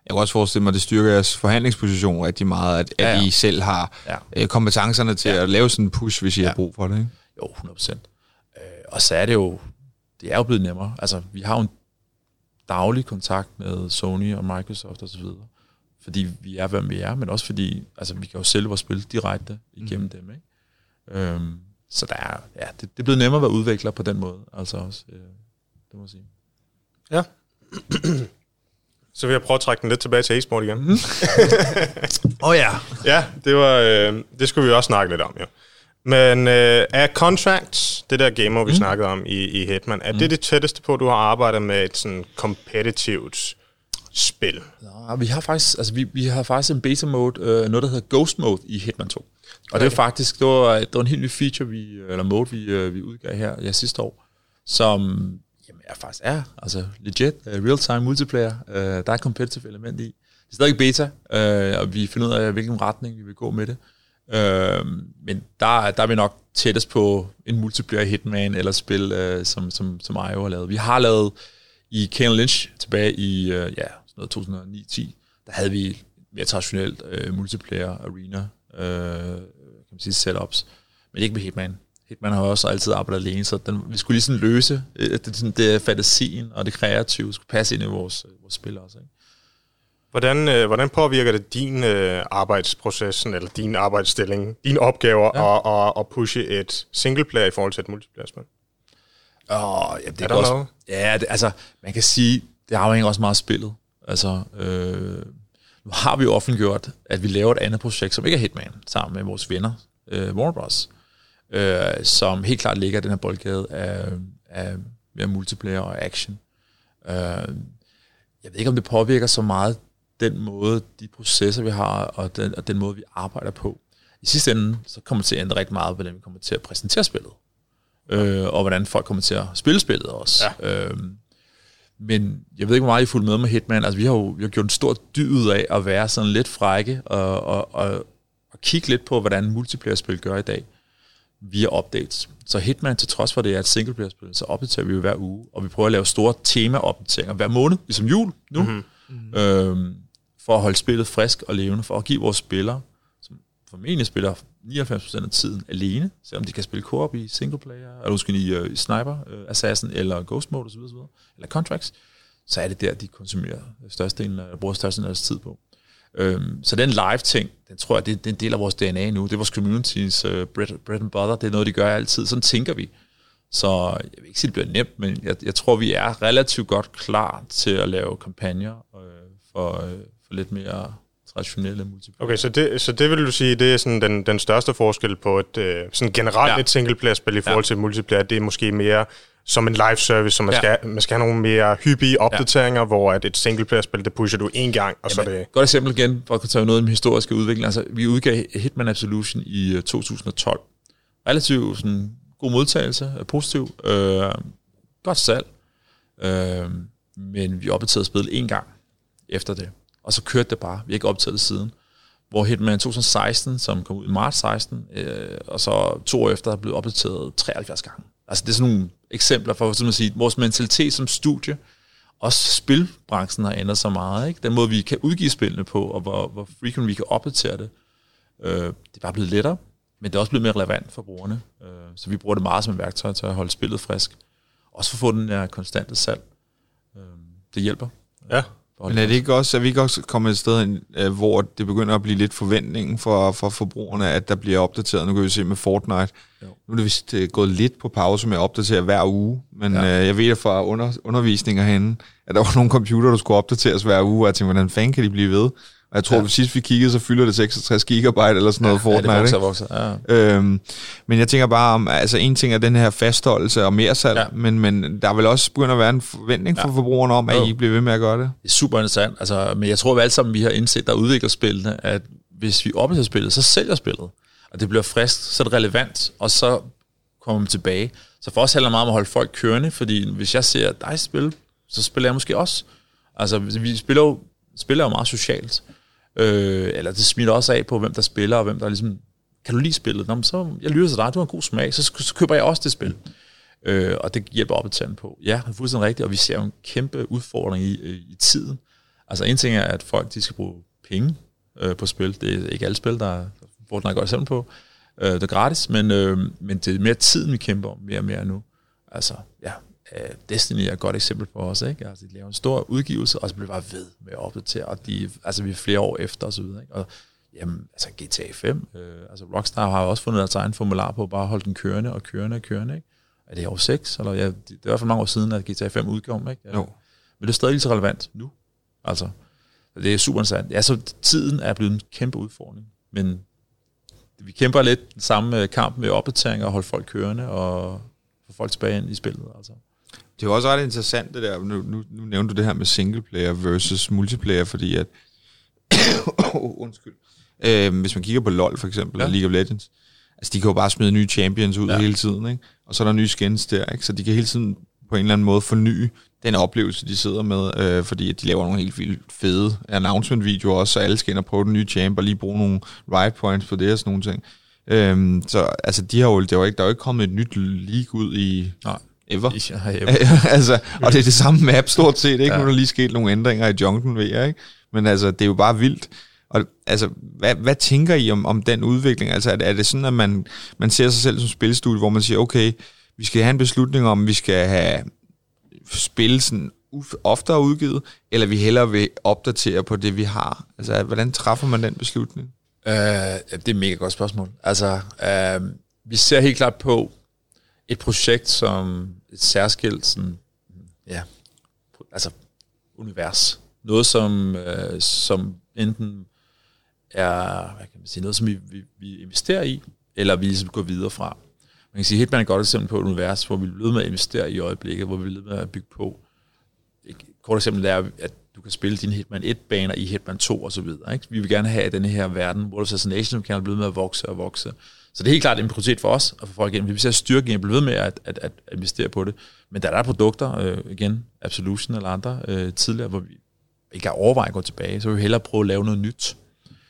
Jeg kan også forestille mig, at det styrker jeres forhandlingsposition rigtig meget, at, ja, ja. at I selv har ja. kompetencerne til ja. at lave sådan en push, hvis I ja. har brug for det, ikke? Jo, hundrede procent. Øh, og så er det jo, det er jo blevet nemmere. Altså, vi har jo en daglig kontakt med Sony og Microsoft og så videre, fordi vi er, hvem vi er, men også fordi, altså, vi kan jo sælge vores spil direkte igennem mm. dem, ikke? Øhm, så der er, ja, det, det er blevet nemmere at være udvikler på den måde, altså også, øh, det må jeg sige. Ja. Så vil jeg prøve at trække den lidt tilbage til e-sport igen. Åh oh, ja. Ja, det var, øh, det skulle vi også snakke lidt om, jo. Men øh, er Contracts, det der gamer, vi mm. snakkede om i, i Hitman, er mm. det det tætteste på, at du har arbejdet med et sådan competitivt spil? Ja, vi har faktisk, altså vi, vi har faktisk en beta mode, øh, noget der hedder Ghost Mode i Hitman to. Og okay. det var faktisk, det var, det var en helt ny feature, vi, eller mode, vi, øh, vi udgav her ja, sidste år, som jamen, er faktisk er, altså legit, uh, real-time multiplayer. Uh, der er et competitive element i. Det er stadig beta, uh, og vi finder ud af, hvilken retning vi vil gå med det. Uh, men der, der er vi nok tættest på en multiplayer Hitman eller spil, uh, som, som, som I O har lavet. Vi har lavet i Kane Lynch tilbage i uh, ja, sådan noget to tusind og ni ti, der havde vi mere traditionelt uh, multiplayer arena uh, kan man sige, setups, men ikke med Hitman. Hitman har også altid arbejdet alene, så den, vi skulle lige sådan løse det, det, det fantasien og det kreative skulle passe ind i vores, vores spil også, ikke? Hvordan, øh, hvordan påvirker det din øh, arbejdsproces, eller din arbejdsstilling, dine opgaver, ja. at, at, at pushe et singleplayer i forhold til et multiplayer-spil? Åh, ja, det er, er også, ja, det, altså, man kan sige, det afhænger også meget af spillet. Altså, øh, nu har vi jo offentliggjort, at vi laver et andet projekt, som ikke er Hitman, sammen med vores venner, øh, Warner Bros., øh, som helt klart ligger i den her boldgade af, af mere multiplayer og action. Øh, jeg ved ikke, om det påvirker så meget den måde, de processer, vi har, og den, og den måde, vi arbejder på. I sidste ende, så kommer det til at ændre rigtig meget, hvordan vi kommer til at præsentere spillet. Øh, og hvordan folk kommer til at spille spillet også. Ja. Øh, men jeg ved ikke, hvor meget I fulgte med med Hitman. Altså, vi har jo vi har gjort en stor dyd ud af at være sådan lidt frække, og, og, og, og kigge lidt på, hvordan multiplayer-spil gør i dag, via updates. Så Hitman, til trods for det er et singleplayer-spil, så opdaterer vi jo hver uge, og vi prøver at lave store tema-opdateringer hver måned, ligesom jul nu, mm-hmm. øhm, for at holde spillet frisk og levende, for at give vores spillere, som formentlig spiller nioghalvfems procent af tiden alene, selvom de kan spille co-op i singleplayer, eller måske i uh, Sniper, uh, Assassin, eller Ghost Mode osv., eller Contracts, så er det der, de konsumerer størstedelen, eller bruger størstedelen af deres tid på. Øhm, så den live-ting, den tror jeg, det, det er en del af vores D N A nu. Det er vores communities uh, bread, bread and butter. Det er noget, de gør altid. Sådan tænker vi. Så jeg vil ikke sige, det bliver nemt, men jeg, jeg tror, vi er relativt godt klar til at lave kampagner øh, for, øh, for lidt mere traditionelle multiplayer. Okay, så det, så det vil du sige, det er sådan den, den største forskel på et øh, sådan generelt ja. et singleplayer-spil i forhold ja. til multiplayer. Det er måske mere som en live service, så man, ja. skal, man skal have nogle mere hyppige opdateringer, ja. hvor at et singleplayer-spil, det pusher du én gang, og Jamen, så er det... Godt eksempel igen, for at kunne tage noget af den historiske udvikling. Altså, vi udgav Hitman Absolution i to tusind og tolv. Relativt sådan, god modtagelse, positiv, øh, godt salg, øh, men vi opdaterede spillet én gang efter det, og så kørte det bare. Vi har ikke optaget det siden. Hvor Hitman to tusind og seksten, som kom ud i marts seksten, øh, og så to år efter, er blevet opdateret treoghalvfjerds gange. Altså det er sådan nogle eksempler for at sige, vores mentalitet som studie, også spilbranchen har ændret sig meget. Ikke? Den måde, vi kan udgive spillene på, og hvor, hvor frequent vi kan opdatere det, øh, det er bare blevet lettere, men det er også blevet mere relevant for brugerne. Øh, så vi bruger det meget som et værktøj til at holde spillet frisk. Også for at få den her konstante salg. Øh, det hjælper. Ja. Men er det ikke også, er vi ikke også kommet et sted hen, hvor det begynder at blive lidt forventningen for, for forbrugerne, at der bliver opdateret? Nu kan vi se med Fortnite. Jo. Nu er det vist gået lidt på pause med at opdatere hver uge, men ja. øh, jeg ved fra under, undervisninger henne, at der var nogle computer, der skulle opdateres hver uge, og jeg tænkte, hvordan fanden kan de blive ved? Og jeg tror, ja. at sidst vi kiggede, så fylder det seksogtres gigabyte eller sådan noget ja, Fortnite. Ja, det vokser, vokser. Ja. Øhm, men jeg tænker bare om, altså en ting er den her fastholdelse og mere salg, ja. men, men der vil også begynde at være en forventning fra ja. forbrugerne om, at jo. I bliver ved med at gøre det. Det er super interessant, altså, men jeg tror, at vi alle sammen vi har indset, der udvikler spillene, at hvis vi opdaterer spillet, så sælger spillet, og det bliver frisk, så er det relevant, og så kommer man tilbage. Så for os handler det meget om at holde folk kørende, fordi hvis jeg ser dig spille, så spiller jeg måske også. Altså, vi spiller jo, spiller jo meget socialt. Øh, eller det smitter også af på, hvem der spiller, og hvem der ligesom, kan du lide spillet? Nå, så jeg lytter til dig, du har en god smag, så, så køber jeg også det spil. Øh, og det hjælper opdateringen på. Ja, det er fuldstændig rigtigt, og vi ser jo en kæmpe udfordring i, i tiden. Altså en ting er, at folk de skal bruge penge øh, på spil. Det er ikke alle spil, der Fortnite er godt eksempel på. Øh, det er gratis, men, øh, men det er mere tiden, vi kæmper om, mere og mere nu. Altså, ja, øh, Destiny er et godt eksempel på os, ikke? Altså, de laver en stor udgivelse, og så bliver bare ved med at opdatere, og de, altså, vi er flere år efter, og så videre, ikke? Og jamen, altså G T A fem, øh, altså Rockstar har jo også fundet deres egen formular på at bare holde den kørende og kørende og kørende, ikke? Er det år seks? Eller, ja, det er i hvert fald mange år siden, at G T A fem udkom, ikke? Jo. Men det er stadig lige så relevant nu. Altså, det er super interessant. Ja, så tiden er blevet en kæmpe udfordring, men vi kæmper lidt den samme kamp med opdatering og holde folk kørende og få folk tilbage ind i spillet. Altså. Det er jo også ret interessant det der, nu, nu, nu nævnte du det her med singleplayer versus multiplayer, fordi at, undskyld, øh, hvis man kigger på LoL for eksempel, ja. League of Legends, altså de kan jo bare smide nye champions ud ja. hele tiden, ikke? Og så er der nye skins der, ikke? Så de kan hele tiden på en eller anden måde forny den oplevelse, de sidder med, øh, fordi de laver nogle helt vildt fede announcement-videoer også, så alle skal ind og prøve den nye champ, og lige bruge nogle right points på det og sådan nogle ting. Øhm, så altså, de har jo, der er jo ikke, der er jo ikke kommet et nyt league ud i Nej. ever. Ja, ever. altså, og det er det samme map stort set, ikke? Ja. Nu er der lige sket nogle ændringer i junglen ved jeg, ikke? Men altså, det er jo bare vildt. Og altså, hvad, hvad tænker I om, om den udvikling? Altså, er det, er det sådan, at man, man ser sig selv som spilstudie, hvor man siger, okay, vi skal have en beslutning om, vi skal have spil sådan oftere udgivet, eller vi hellere vil opdatere på det, vi har? Altså, hvordan træffer man den beslutning? Uh, det er et mega godt spørgsmål. Altså, uh, vi ser helt klart på et projekt som et særskilt sådan, ja, altså univers. Noget, som, uh, som enten er, hvad kan man sige, noget, som vi, vi, vi investerer i, eller vi ligesom går videre fra. Man kan sige, Hitman er et godt eksempel på et univers, hvor vi er blevet med at investere i øjeblikket, hvor vi er blevet med at bygge på. Et kort eksempel er, at du kan spille dine Hitman et-baner i Hitman to og så videre. Ikke? Vi vil gerne have den her verden, hvor Assassination kan blive med at vokse og vokse. Så det er helt klart en prioritet for os og for folk igen. Vi vil se styrke at blive ved med at, at, at investere på det. Men der er produkter, øh, igen, Absolution eller andre, øh, tidligere, hvor vi ikke har overvejet at gå tilbage, så vil vi hellere prøve at lave noget nyt.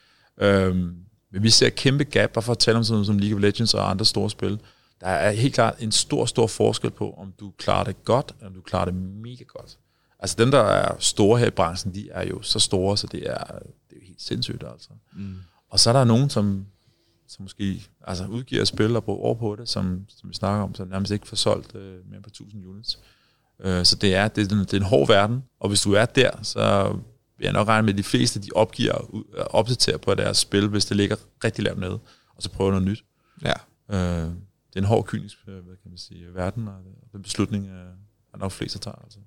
Øhm, men vi ser kæmpe gap, bare for at tale om sådan som League of Legends og andre store spil. Der er helt klart en stor, stor forskel på, om du klarer det godt, eller om du klarer det mega godt. Altså dem, der er store her i branchen, de er jo så store, så det er, det er jo helt sindssygt, altså. Mm. Og så er der nogen, som, som måske altså, udgiver spil og bruger over på det, som, som vi snakker om, som nærmest ikke får solgt øh, mere på tusind units. Øh, så det er, det, er, det er en hård verden, og hvis du er der, så vil jeg nok regne med, at de fleste, de opgiver at opdatere på deres spil, hvis det ligger rigtig lavt nede, og så prøver noget nyt. Ja. Øh, det er en hård, kynisk, hvad kan man sige, verden, og den beslutning er, er nok flest, der tager. Altså.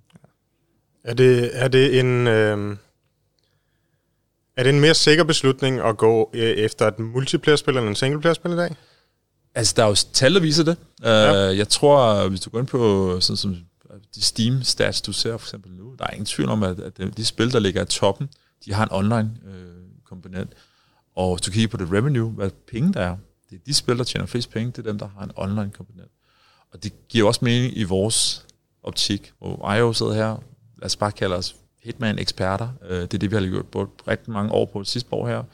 Er det, er det en øh, er det en mere sikker beslutning at gå øh, efter et multiplayer-spil end en single-player-spil i dag? Altså, der er jo tal, der viser det. Ja. Uh, jeg tror, hvis du går ind på sådan som de Steam-stats, du ser for eksempel nu, der er ingen tvivl om, at, at de spil, der ligger i toppen, de har en online-komponent. Øh, og hvis du kigger på det revenue, hvad penge der er, det er de spil, der tjener flest penge, det er dem, der har en online-komponent. Og det giver også mening i vores optik, hvor I O sidder her, lad os bare kalde os Hitman-eksperter. Det er det, vi har gjort på rigtig mange år på det sidste år her.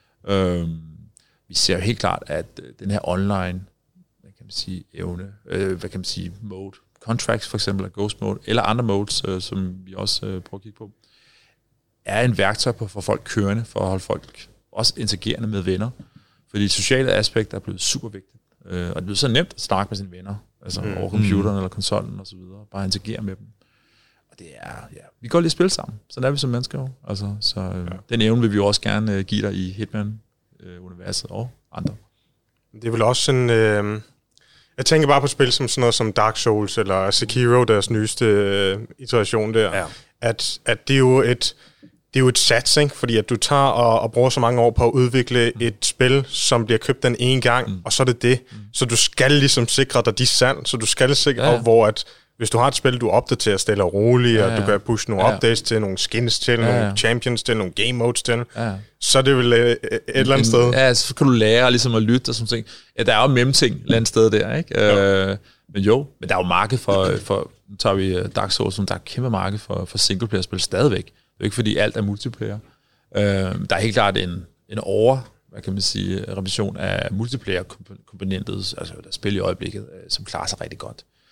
Vi ser jo helt klart, at den her online, hvad kan man sige, evne, hvad kan man sige, mode, contracts for eksempel, ghost mode, eller andre modes, som vi også prøver at kigge på, er en værktøj på for folk kørende, for at holde folk også interagerende med venner. Fordi det sociale aspekt er blevet super vigtigt. Og det er blevet så nemt at snakke med sine venner, altså mm. over computeren eller konsollen og så videre, bare interagere med dem. Og det er, ja, vi går lige spille sammen. Sådan er vi som mennesker jo. Altså, så øh, ja. Den evne vil vi jo også gerne øh, give dig i Hitman-universet øh, og andre. Det er vel også en... Øh, jeg tænker bare på spil som sådan noget som Dark Souls eller Sekiro, deres nyeste øh, iteration der. Ja. At, at det er jo et... Det er jo et sats, ikke? Fordi at du tager og, og bruger så mange år på at udvikle mm. et spil, som bliver købt den ene gang, mm. og så er det det. Mm. Så du skal ligesom sikre dig de sand, så du skal sikre, ja, ja. hvor at hvis du har et spil, du opdaterer stille og roligt, ja, ja. og du kan pushe nogle ja, ja. updates til, nogle skins til, ja, ja. nogle champions til, nogle game modes til, ja, ja. så er det vel et, et eller andet sted. Ja, så kan du lære ligesom at lytte og sådan ting. Ja, der er jo mem-ting et eller andet sted der, ikke? Ja. Øh, men jo, men der er jo marked for, for nu tager vi Dark Souls, der er kæmpe marked for, for singleplayer-spil stadigvæk. Det er ikke fordi alt er multiplayer. Øh, der er helt klart en, en over, hvad kan man sige, revision af multiplayer-komponentet, altså der spil i øjeblikket, som klarer sig rigtig godt.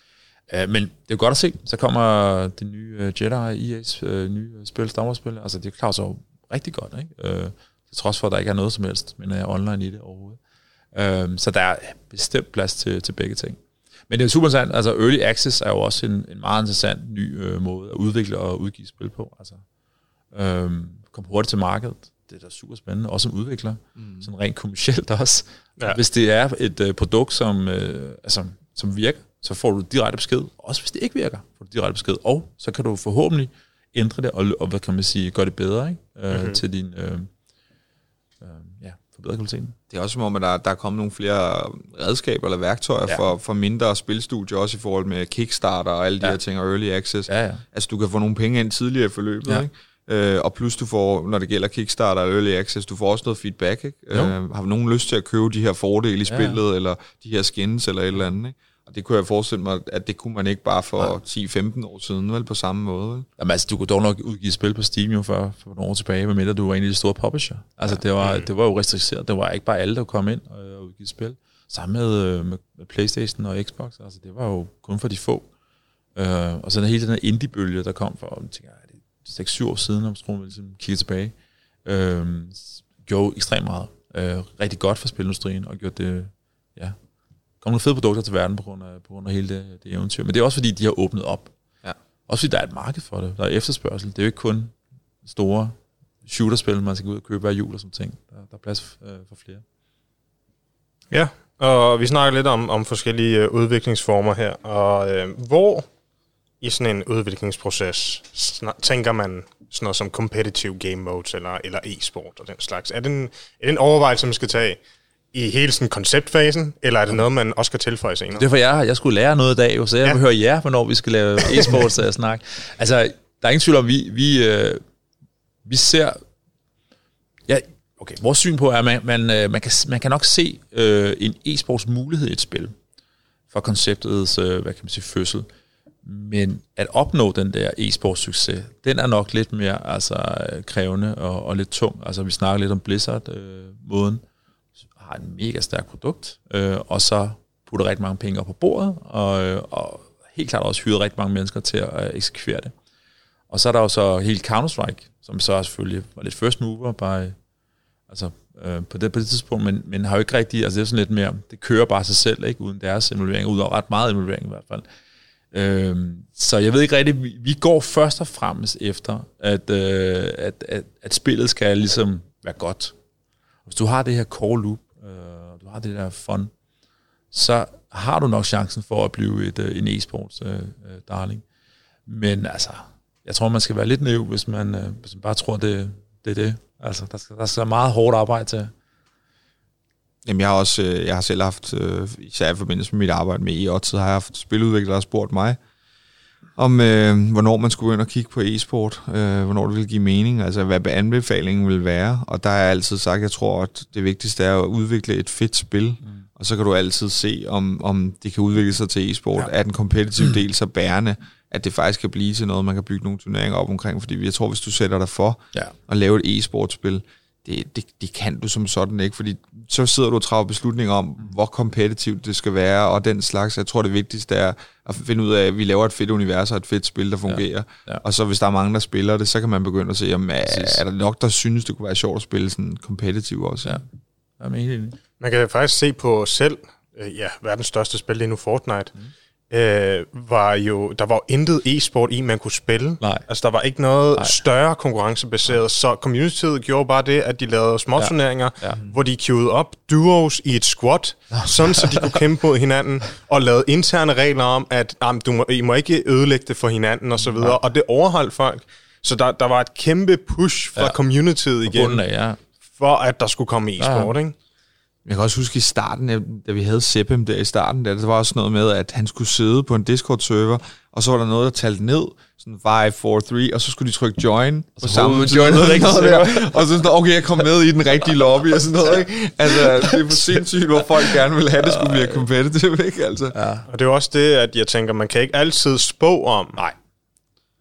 Uh, men det er godt at se. Så kommer det nye uh, Jedi, E A's uh, nye spil, Star Wars-spil. Altså, det klarer sig jo rigtig godt, ikke? Uh, til trods for, at der ikke er noget som helst, men er online i det overhovedet. Uh, så der er bestemt plads til, til begge ting. Men det er super interessant. Altså, Early Access er jo også en, en meget interessant ny uh, måde at udvikle og udgive spil på. Altså, uh, kom hurtigt til markedet. Det er da super spændende, også som udvikler. Mm. Sådan rent kommercielt også. Ja. Hvis det er et uh, produkt, som, uh, altså, som virker, så får du direkte besked. Også hvis det ikke virker, får du direkte besked. Og så kan du forhåbentlig ændre det, og, og hvad kan man sige, gøre det bedre, ikke? Uh, mm-hmm. til din, uh, uh, ja, forbedre kvaliteten. Det er også som om, at der, der er kommet nogle flere redskaber eller værktøjer ja. for, for mindre spilstudier, også i forhold med Kickstarter og alle de ja. her ting, og Early Access. Ja, ja. Altså, du kan få nogle penge ind tidligere i forløbet, ja. ikke? Uh, og plus du får, når det gælder Kickstarter og Early Access, du får også noget feedback, ikke? Uh, har du nogen lyst til at købe de her fordele i spillet, ja. eller de her skins, eller et eller andet, ikke? Og det kunne jeg forestille mig, at det kunne man ikke bare for ti femten år siden, vel på samme måde. Vel? Jamen altså, du kunne dog nok udgive spil på Steam jo for, for nogle år tilbage, medmindre du var en af de store publisher. Altså, ja. det, var, det var jo restrikteret. Det var ikke bare alle, der kom ind og udgive spil. Sammen med, med, med PlayStation og Xbox. Altså, det var jo kun for de få. Uh, og så hele den her indie-bølge, der kom for, tænker jeg, seks syv år siden, om man ligesom kigger tilbage, uh, gjorde ekstremt meget. Uh, rigtig godt for spilindustrien, og gjorde det, ja, kom nogle fede produkter til verden på grund af, på grund af hele det, det eventyr. Men det er også fordi, de har åbnet op. Ja. Også fordi, der er et marked for det. Der er efterspørgsel. Det er jo ikke kun store shooterspil, man skal gå ud og købe hver jul og sådan ting. Der, der er plads øh, for flere. Ja, og vi snakker lidt om, om forskellige øh, udviklingsformer her. Og øh, hvor i sådan en udviklingsproces snak, tænker man sådan noget som competitive game modes eller, eller e-sport og den slags? Er det en, er det en overvejelse, man skal tage i hele sådan konceptfasen, eller er det noget, man også skal tilføje senere? Det er for jeg, jeg skulle lære noget i dag, så jeg ja. vil høre jer, hvornår vi skal lave e-sports og snak. Altså, der er ingen tvivl om, vi, vi, øh, vi ser... Ja, okay, vores syn på er, at man, man, man, kan, man kan nok se øh, en e-sports mulighed i et spil, for konceptets, øh, hvad kan man sige, fødsel. Men at opnå den der e-sports succes, den er nok lidt mere altså, krævende og, og lidt tung. Altså, vi snakker lidt om Blizzard-måden. Øh, har en mega stærk produkt, øh, og så putter rigtig mange penge op på bordet, og, øh, og helt klart også hyret rigtig mange mennesker til at øh, eksekvere det. Og så er der jo så hele Counter-Strike, som så selvfølgelig var lidt first mover by, altså, øh, på, det, på det tidspunkt, men, men har jo ikke rigtig, altså det er sådan lidt mere, det kører bare sig selv, ikke, uden deres involvering, uden ret meget involvering i hvert fald. Øh, så jeg ved ikke rigtigt, vi, vi går først og fremmest efter, at, øh, at, at, at spillet skal ligesom være godt. Hvis du har det her core loop, øh, du har det der fun, så har du nok chancen for at blive et, øh, en e-sports øh, darling. Men altså, jeg tror, man skal være lidt naiv, hvis man, øh, hvis man bare tror, det, det er det. Altså, der skal, der skal meget hårdt arbejde til. Jamen, jeg har også, øh, jeg har selv haft, øh, især i forbindelse med mit arbejde med e-odds, har jeg haft spiludviklere, der har spurgt mig, om øh, hvornår man skulle ind og kigge på e-sport, øh, hvornår det ville give mening, altså hvad anbefalingen vil være. Og der har jeg altid sagt, at jeg tror, at det vigtigste er at udvikle et fedt spil, mm. og så kan du altid se, om, om det kan udvikle sig til e-sport. Ja. Er den kompetitive del så bærende, at det faktisk kan blive til noget, man kan bygge nogle turneringer op omkring. Fordi jeg tror, hvis du sætter dig for ja. at lave et e-sportspil, det, det, det kan du som sådan ikke, fordi så sidder du og træffer beslutninger om, hvor kompetitivt det skal være, og den slags. Jeg tror, det vigtigste er at finde ud af, at vi laver et fedt univers og et fedt spil, der fungerer. Ja. Ja. Og så hvis der er mange, der spiller det, så kan man begynde at se, om er, er der nok, der synes, det kunne være sjovt at spille sådan kompetitivt også. Ja. Jeg er helt enig. Man kan faktisk se på selv, øh, ja, verdens største spil lige nu, Fortnite, mm. Øh, var jo, der var jo intet e-sport i, man kunne spille. Nej. Altså, der var ikke noget Nej. større konkurrencebaseret, Nej. så communityet gjorde bare det, at de lavede små ja. turneringer, ja. hvor de queuede op duos i et squad, ja. sådan så de kunne kæmpe mod hinanden, og lavede interne regler om, at jamen, du må, I må ikke ødelægge det for hinanden, og så videre, ja. og det overholdt folk. Så der, der var et kæmpe push fra ja. communityet igen, af, ja. for at der skulle komme e-sport, ja. ikke? Jeg kan også huske i starten, da vi havde Seppem der i starten, der, der var også noget med, at han skulle sidde på en Discord-server, og så var der noget, der talte ned, sådan fem, fire, tre, og så skulle de trykke join på samme tid, og så sådan, okay, jeg kom med i den rigtige lobby, og sådan noget, ikke? Altså, det er for sindssygt, hvor folk gerne vil have, det skulle blive competitive, ikke? Altså. Ja. Og det er også det, at jeg tænker, man kan ikke altid spå om, nej,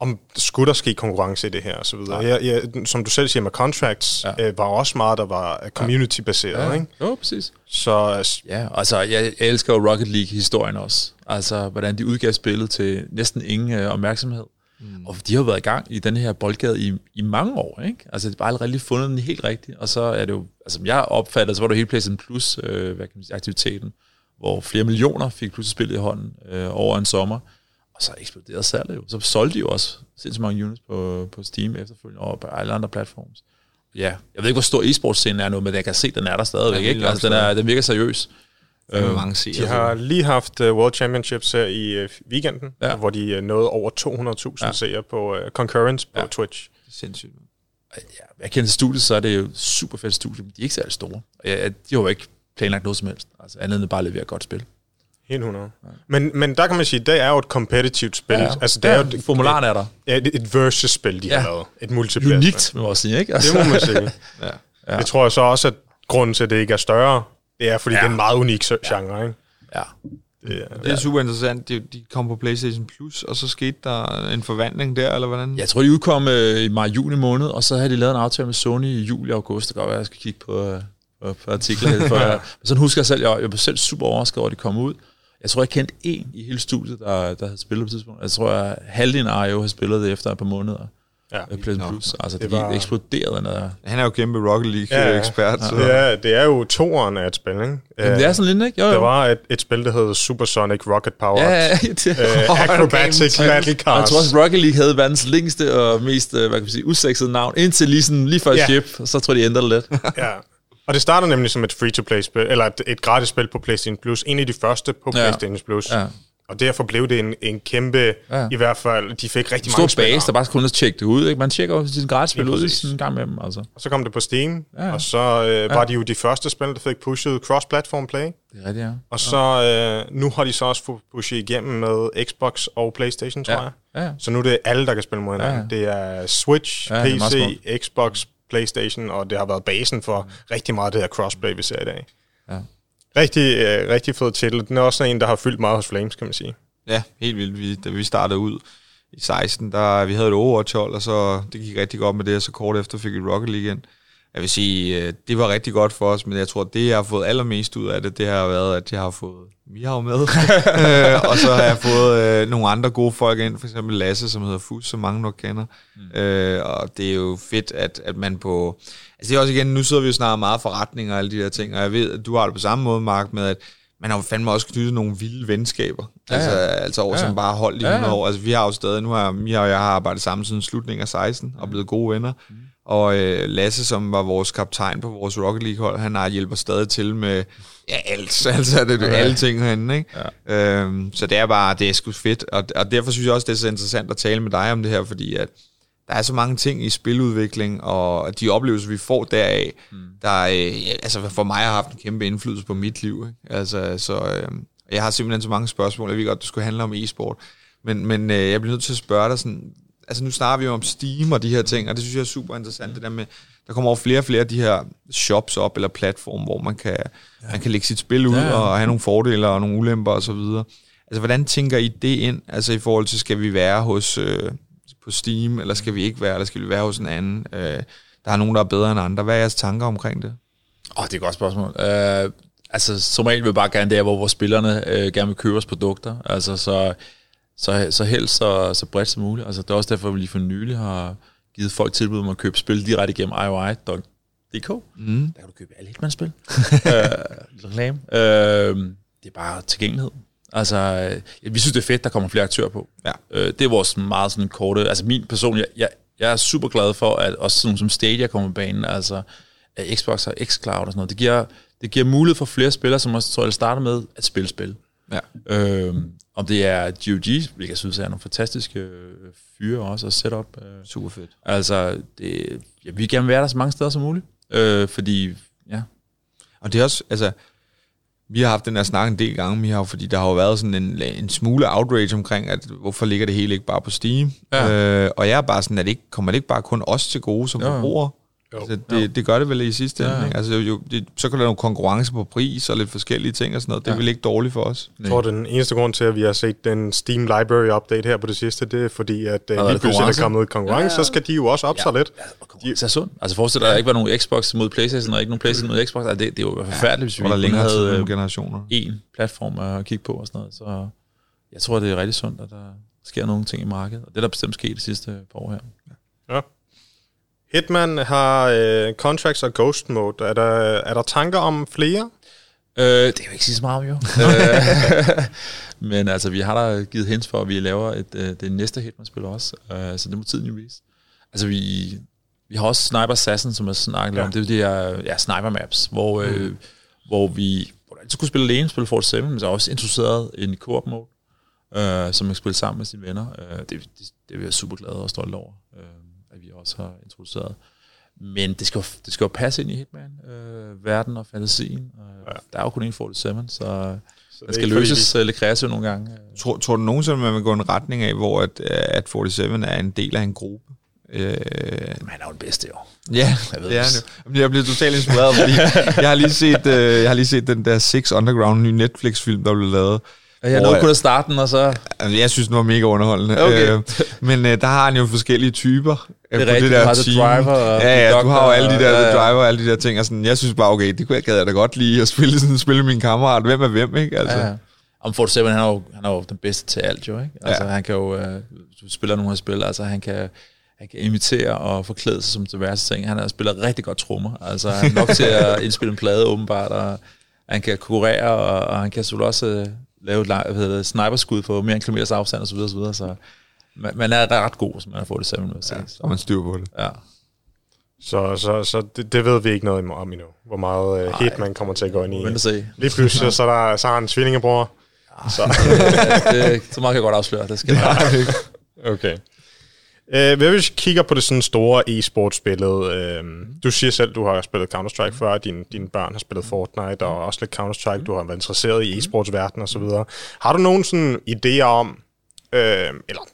om skulle der ske konkurrence i det her, og så videre. Jeg, jeg, som du selv siger med contracts, ja. øh, var også meget, der var community-baseret, ja. ikke? Jo, præcis. Så... Ja, altså, jeg, jeg elsker jo Rocket League-historien også. Altså, hvordan de udgav spillet til næsten ingen øh, opmærksomhed. Mm. Og de har været i gang i den her boldgade i, i mange år, ikke? Altså, de har bare aldrig rigtig fundet den helt rigtigt. Og så er det jo, altså, som jeg opfattede, så var det jo hele PlayStation Plus, øh, hvad kan man sige, aktiviteten, hvor flere millioner fik pludselig spillet i hånden øh, over en sommer. Og så eksploderede salget jo. Så solgte de jo også sindssygt mange units på, på Steam efterfølgende, og på alle andre platforms. Ja, jeg ved ikke, hvor stor e-sportscenen er nu, men jeg kan se, at den er der stadigvæk, ja, ikke? Altså, den, er, den virker seriøs. Øh, mange de har lige haft uh, World Championships her i uh, weekenden, ja. hvor de uh, nåede over to hundrede tusind ja. seere på uh, concurrence på ja. Twitch. Det er sindssygt. Ja, jeg kender til studiet, så er det jo super fedt studie, men de er ikke særlig store. Og ja, de har jo ikke planlagt noget som helst. Altså andet end bare at levere godt spil. Helt hundrede. Ja. Men, men der kan man sige, det er jo et competitivt spil. Ja. Altså, det ja, er jo et, formularen er der. Ja, et, et versus-spil, de ja. har lavet. Et multiplayer. Unikt, må man sige, ikke? Altså. Det må man sige. ja. Ja. Det tror jeg så også, at grunden til, at det ikke er større, det er, fordi ja. det er en meget unik genre, ikke? Ja. Det er, det er super interessant. De, de kom på PlayStation Plus, og så skete der en forvandling der, eller hvordan? Jeg tror, de udkom øh, i maj-juni måned, og så havde de lavet en aftale med Sony i juli og august. Det kan godt være, jeg skal kigge på, på, på artikler. For, ja. Sådan husker jeg selv, jeg, jeg var selv super overrasket over, at de kom ud. Jeg tror, jeg kendte en i hele studiet, der, der havde spillet på tidspunkt. Jeg tror, at halvdelen af I O har spillet det efter et par måneder. Ja, PlayStation Plus. Altså, det, det var... eksploderede. Når... Han er jo kæmpe Rocket League-ekspert. Ja, ja. Det, er, det er jo toeren af et spil, ikke? Jamen, det er sådan lidt, ikke? Jo, jo. Der var et, et spil, der hed Supersonic Rocket Power. Ja, ja, det... uh, Acrobatic Battle Cars. Jeg tror også, Rocket League havde verdens længste og mest, hvad kan man sige, usexede navn, indtil lige, sådan, lige før ja. Chip, og så tror de ændrede det lidt. Ja. Og det starter nemlig som et free-to-play-spil, eller et, et gratis spil på PlayStation Plus. En af de første på ja. PlayStation Plus. Ja. Og derfor blev det en, en kæmpe, ja. i hvert fald, de fik rigtig mange spillere. Stor base, der bare kunne tjekke det ud, ikke? Man tjekker også sin gratis spil ud i sådan en gang med dem, altså. Og så kom det på Steam, ja. og så øh, var ja. de jo de første spil, der fik pushet cross-platform play. Det er rigtigt, ja. Og så, øh, nu har de så også fået pushet igennem med Xbox og PlayStation, tror ja. jeg. Ja. Så nu er det alle, der kan spille mod hinanden. Ja. Det er Switch, ja, P C, Xbox, PlayStation, og det har været basen for rigtig meget af det her crossplay, vi ser i dag. Ja. Rigtig, øh, rigtig fed titel. Den er også en, der har fyldt meget hos Flames, kan man sige. Ja, helt vildt. Vi, da vi startede ud i seksten, der vi havde et Overwatch-hold, og så det gik rigtig godt med det, og så kort efter fik vi Rocket League igen. Jeg vil sige, det var rigtig godt for os, men jeg tror, det jeg har fået allermest ud af det, det har været, at jeg har fået Mihav med, øh, og så har jeg fået øh, nogle andre gode folk ind, for eksempel Lasse, som hedder Fus, som mange nok kender. Mm. Øh, og det er jo fedt, at, at man på... Altså det er også igen, nu sidder vi jo snart meget forretninger og alle de der ting, og jeg ved, at du har det på samme måde, Mark, med at man har jo fandme også knyttet nogle vilde venskaber. Ja, altså, ja. altså over, ja. som bare holdt i hundrede ja, ja. år. Altså vi har jo stadig, nu har Mihav og jeg har arbejdet sammen siden slutningen af seksten, og blevet gode venner. Mm. Og øh, Lasse, som var vores kaptajn på vores Rocket League-hold, han har hjælper stadig til med ja, alt. Altså det er ja. alle ting herinde, ikke? Ja. Øhm, så det er bare, det er sgu fedt. Og, og derfor synes jeg også, det er så interessant at tale med dig om det her, fordi at der er så mange ting i spiludvikling, og de oplevelser, vi får deraf, mm. der øh, altså for mig har haft en kæmpe indflydelse på mit liv. Ikke? Altså, så øh, jeg har simpelthen så mange spørgsmål. Jeg ved godt, det skulle handle om e-sport. Men, men øh, jeg bliver nødt til at spørge dig sådan... Altså nu snakker vi jo om Steam og de her ting, og det synes jeg er super interessant, det der med, der kommer over flere og flere af de her shops op, eller platforme, hvor man kan, ja. man kan lægge sit spil ud, ja, ja. og have nogle fordele og nogle ulemper og så videre. Altså hvordan tænker I det ind, altså i forhold til, skal vi være hos, øh, på Steam, eller skal vi ikke være, eller skal vi være hos en anden? Øh, der er nogen, der er bedre end andre. Hvad er jeres tanker omkring det? Åh, oh, det er et godt spørgsmål. Uh, altså som regel vil vi bare gerne der, hvor vores spillerne uh, gerne vil købe vores produkter, altså så... Så, så helst så, så bredt som muligt. Altså, det er også derfor, at vi lige for nylig har givet folk tilbud om at købe spil direkte igennem i o i punktum d k. Mm. Der kan du købe alle Hitman-spil. øh, reklame. Øh, det er bare tilgængelighed. Altså, ja, vi synes, det er fedt, der kommer flere aktører på. Ja. Øh, det er vores meget sådan korte... Altså, min person, jeg, jeg, jeg er super glad for, at også sådan som Stadia kommer på banen, altså Xbox og xCloud og sådan noget. Det giver, det giver mulighed for flere spillere, som også tror jeg starter med at spille spil. Ja. Øh, om det er G O G, hvilket jeg synes er nogle fantastiske øh, fyre også, og setup. Øh. Super fedt. Altså, det, ja, vi vil gerne være der så mange steder som muligt, øh, fordi, ja. Og det er også, altså, vi har haft den her snak en del gange, vi har, fordi der har jo været sådan en, en smule outrage omkring, at hvorfor ligger det hele ikke bare på Steam? Ja. Øh, og jeg er bare sådan, at det ikke, kommer det ikke bare kun os til gode som forbrugere? Altså, det, det gør det vel i sidste ende. Ja. Altså, jo, det, så kan der nogle konkurrence på pris og lidt forskellige ting og sådan noget. Det er ja. vel ikke dårligt for os. Jeg tror, den eneste grund til, at vi har set den Steam Library Update her på det sidste, det er fordi, at uh, lige pludselig er kommet ud i konkurrence, ja, ja. så skal de jo også op ja. sig lidt. Ja, konkurrence er sundt. Altså forestil dig, at der ikke var nogen Xbox mod PlayStation, og ikke nogen PlayStation mod Xbox. Altså, det, det er jo forfærdeligt, hvis vi ja, kun havde øh, generationer. en platform at kigge på og sådan noget. Så jeg tror, det er rigtig sundt, at der sker nogle ting i markedet. Og det er der bestemt sket de sidste par år her. Ja. Hitman har øh, Contracts og Ghost Mode. Er der, er der tanker om flere? Øh, det er jo ikke sige så meget om, jo. Men altså, vi har da givet hints for, at vi laver et, øh, det næste Hitman-spil også. Øh, så det må tiden jo vise. Altså, vi, vi har også Sniper Assassin, som jeg snakket ja. om. Det er jo de her ja, sniper maps, hvor, øh, mm. hvor vi hvor altid kunne spille alene, spille Fort syv, men så også introduceret en co-op mode, øh, som man kan spille sammen med sine venner. Øh, det, det, det er vi super glade og stolte over. Øh, at vi også har introduceret. Men det skal jo, det skal jo passe ind i Hitman-verden øh, og fantasien. Øh, ja. Der er jo kun en Fort syv, så, så man skal løses vi... lidt kreativt nogle gange. Tror, tror du nogensinde, man vil gå en retning af, hvor at, at Fort syv er en del af en gruppe? Øh... Man er jo den bedste, jo. Ja, jeg ved det er han jo. Jeg bliver totalt inspireret, fordi jeg har lige set, øh, jeg har lige set den der Six Underground, ny Netflix-film, der blev lavet. Jeg nåede kun at starte den, og så... Jeg synes, den var mega underholdende. Okay. Øh, men øh, der har han jo forskellige typer. Det er rigtigt, det der du har The Driver og ja, ja, Doctor, du har jo alle de der ja, ja. The Driver og alle de der ting. Og sådan, jeg synes bare, okay, det kunne jeg, gad jeg da godt lide at spille, sådan, spille min kammerat. Hvem er hvem, ikke? Altså. Ja, ja. Om Fort syv, han er, jo, han er jo den bedste til alt, jo, ikke? Altså, ja. Han kan jo... Øh, du spiller nogle af spil, altså han kan... Han kan imitere og forklæde sig som diverse ting. Han har spillet rigtig godt trommer. Altså, han er nok til at indspille en plade, åbenbart. Og han kan kurere, og, og han kan selvfølgelig også uh, lave et uh, sniperskud på mere end kilometers afstand, og så videre, så videre. Så man, man er ret god, hvis man har fået det sammen. Ja, og man styrer på det. Ja. Så, så, så det, det ved vi ikke noget om endnu. Hvor meget uh, hit man kommer til at gå ind i. Vent at se. Lige pludselig, så, der, så har han en tvillingebror. Ja, så. det, det, så meget kan jeg godt afsløre. Det skal ja. Okay. Uh, hvis vi kigger på det sådan store e-sportsbillede, uh, du siger selv, du har spillet Counter-Strike før, dine, dine børn har spillet Fortnite og også lidt Counter-Strike, du har været interesseret i e-sportsverdenen og så videre. Har du nogen sådan idéer om, uh, eller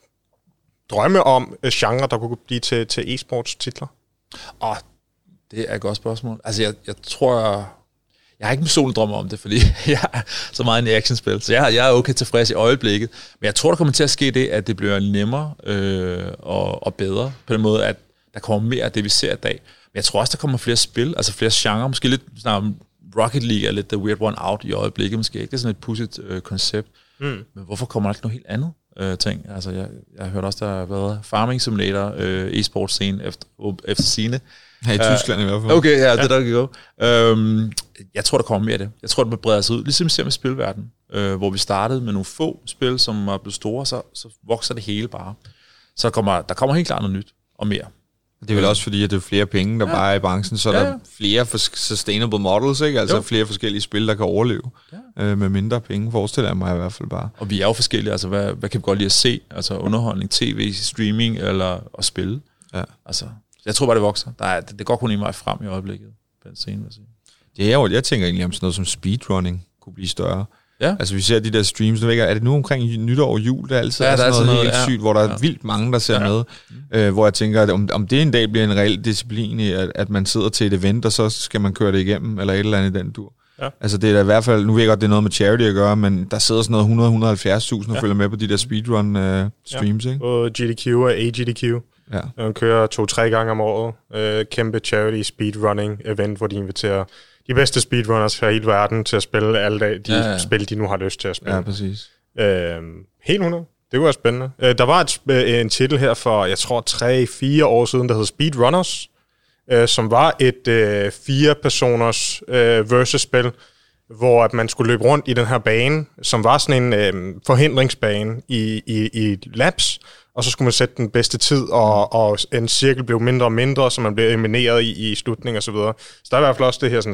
drømme om uh, genre, der kunne blive til, til e-sports-titler? Åh, oh, det er et godt spørgsmål. Altså, jeg, jeg tror, jeg, jeg har ikke en personlig drømme om det, fordi jeg er så meget i actionspil, så jeg, jeg er okay tilfreds i øjeblikket. Men jeg tror, der kommer til at ske det, at det bliver nemmere øh, og, og bedre, på den måde, at der kommer mere af det, vi ser i dag. Men jeg tror også, der kommer flere spil, altså flere genrer, måske lidt sådan, Rocket League er lidt the weird one out i øjeblikket, måske ikke. Det er sådan et pudsigt øh, koncept. Mm. Men hvorfor kommer der ikke noget helt andet øh, ting? Altså, jeg, jeg har hørt også, der har været Farming Simulator, øh, e-sport scene efter, efter sine. Her i Tyskland uh, i hvert fald. Okay, ja, det er der kan gå. Um, jeg tror, der kommer mere af det. Jeg tror, det vil brede sig ud. Ligesom vi ser med spilverdenen, øh, hvor vi startede med nogle få spil, som var blevet store, så, så vokser det hele bare. Så kommer, der kommer helt klart noget nyt og mere. Det er vel også fordi, at det er flere penge, der ja. bare er i branchen, så ja, ja. der er flere sustainable models, ikke? Altså jo. flere forskellige spil, der kan overleve ja. øh, med mindre penge, forestiller jeg mig i hvert fald bare. Og vi er jo forskellige, altså hvad, hvad kan vi godt lide at se? Altså underholdning, tv, streaming eller at spille. Ja. Altså, jeg tror bare, det vokser. Der er, det går kun en vej frem i øjeblikket på den scene, vil jeg sige. Det er jo, jeg tænker egentlig om sådan noget som speedrunning kunne blive større. Ja. Altså vi ser de der streams, er det nu omkring nytår og jul, der er altid ja, er sådan der er noget, noget helt ja. sygt, hvor der er ja. vildt mange, der ser ja. med, øh, hvor jeg tænker, at om, om det en dag bliver en reel disciplin i, at, at man sidder til et event, og så skal man køre det igennem, eller et eller andet i den dur. Ja. Altså det er da i hvert fald, nu ved jeg godt, det er noget med charity at gøre, men der sidder sådan noget hundrede til hundrede og halvfjerds tusind og ja. følger med på de der speedrun øh, streams, ja. ikke? Og G D Q og A G D Q. Ja. Man kører to-tre gange om året. Øh, kæmpe charity speedrunning event, hvor de inviterer de bedste speedrunners fra hele verden til at spille alle de ja, ja. spil, de nu har lyst til at spille. Ja, præcis. Øh, helt hundrede. Det var spændende. Øh, der var et, en titel her for, jeg tror, tre-fire år siden, der hed Speedrunners, øh, som var et øh, fire-personers øh, versus-spil, hvor at man skulle løbe rundt i den her bane, som var sådan en øh, forhindringsbane i, i, i laps, og så skulle man sætte den bedste tid, og, og en cirkel blev mindre og mindre, så man blev elimineret i, i slutningen og så videre. Så der er i hvert fald også det her sådan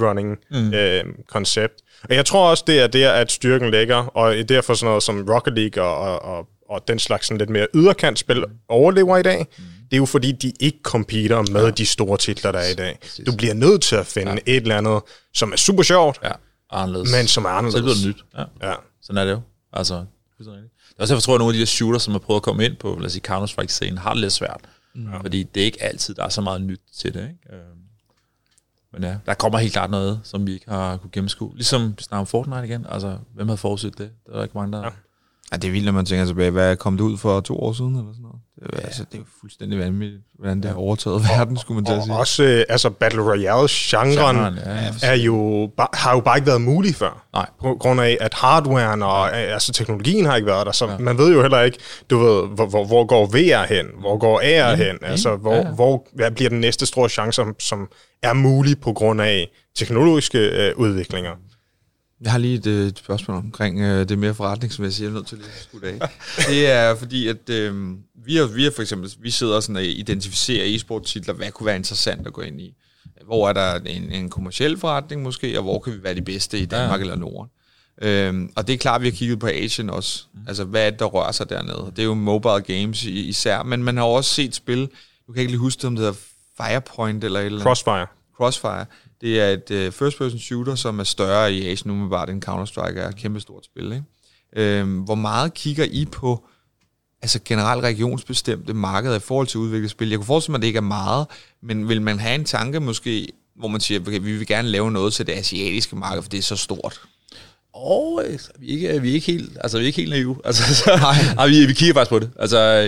speedrunning-koncept. Mm. Øh, og jeg tror også, det er der, at styrken ligger, og derfor sådan noget som Rocket League og, og, og den slags sådan lidt mere yderkantspil overlever i dag. Mm. Det er jo fordi, de ikke competer med ja. de store titler, der er i dag. Præcis. Du bliver nødt til at finde ja. et eller andet, som er super sjovt, ja. anderledes. men som er anderledes. Så det bliver nyt. Ja. Ja. Sådan er det jo. Altså, det er også derfor, tror jeg, at nogle af de der shooter, som har prøvet at komme ind på, lad os sige, Counter-Strike-scenen, har det lidt svært. Mm. Fordi det er ikke altid, der er så meget nyt til det. Ikke? Men ja, der kommer helt klart noget, som vi ikke har kunne gennemskue. Ligesom vi snakker om Fortnite igen. Altså, hvem havde forudset det? Der er ikke mange, der... Ja. Ja, det er vildt, når man tænker tilbage. Hvad kom det ud for to år siden, eller sådan noget? Det er, ja. altså, det er jo fuldstændig vanvittigt, hvordan det har overtaget ja. verden, skulle man til at sige. Og også, øh, altså, Battle Royale-genren ja, ja, er jo, har jo bare ikke været mulig før. Nej. På grund af, at hardwaren og ja. altså, teknologien har ikke været der. Så ja. man ved jo heller ikke, du ved, hvor, hvor, hvor går V R hen? Hvor går A R ja. hen? Altså, hvor, ja. hvor hvad bliver den næste store chance, som, som er mulig på grund af teknologiske øh, udviklinger? Jeg har lige et, et spørgsmål omkring øh, det mere forretningsmæssige, jeg er nødt til lige at skudt af. Det er fordi, at øh, vi, har, vi har for eksempel, vi sidder sådan og identificerer e-sport-titler, hvad kunne være interessant at gå ind i. Hvor er der en, en kommerciel forretning måske, og hvor kan vi være de bedste i Danmark ja. eller Norden. Øh, og det er klart, vi har kigget på Asien også. Mm. Altså, hvad er det, der rører sig dernede? Det er jo mobile games især, men man har også set spil, du kan ikke lige huske det, om det hedder Firepoint eller et eller andet. Crossfire. Crossfire. Det er et uh, first-person shooter, som er større i Asien umiddelbart end Counter-Strike er et kæmpe stort spil. Ikke? Øhm, hvor meget kigger I på altså generelt regionsbestemte markeder i forhold til udviklet spil? Jeg kunne forestille mig, at det ikke er meget, men vil man have en tanke måske, hvor man siger, okay, vi vil gerne lave noget til det asiatiske marked, for det er så stort? Åh, oh, vi, ikke, vi er ikke helt, altså vi er ikke helt naive. Altså, så, nej. vi, vi kigger faktisk på det. Altså,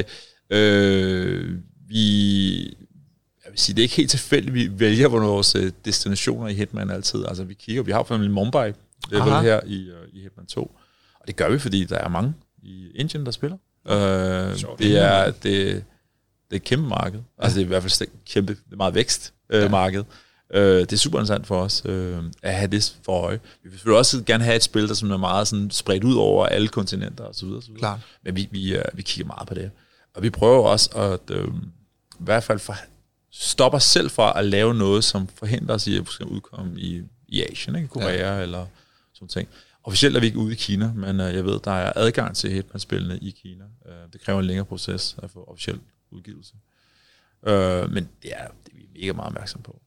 øh, vi... Jeg vil sige, det er ikke helt tilfældigt, vi vælger vores destinationer i Hitman altid. Altså, vi kigger, vi har for eksempel Mumbai, det er vel her i, i Hitman to. Og det gør vi, fordi der er mange i Indien, der spiller. Uh, det, er, det, det er et kæmpe marked. Altså, det er i hvert fald et kæmpe, det er meget vækst uh, ja. marked. Uh, det er super interessant for os uh, at have det for øje. Vi vil også gerne have et spil, der som er meget sådan, spredt ud over alle kontinenter og så videre. Så videre. Klart. Men vi, vi, uh, vi kigger meget på det. Og vi prøver også at uh, i hvert fald for stopper selv fra at lave noget, som forhindrer os i at udkomme i, i Asien, ikke? Korea ja. eller sådan ting. Officielt er vi ikke ude i Kina, men uh, jeg ved, der er adgang til Hitman-spillene i Kina. Uh, det kræver en længere proces at få officiel udgivelse. Uh, men det er, det er vi mega meget opmærksom på.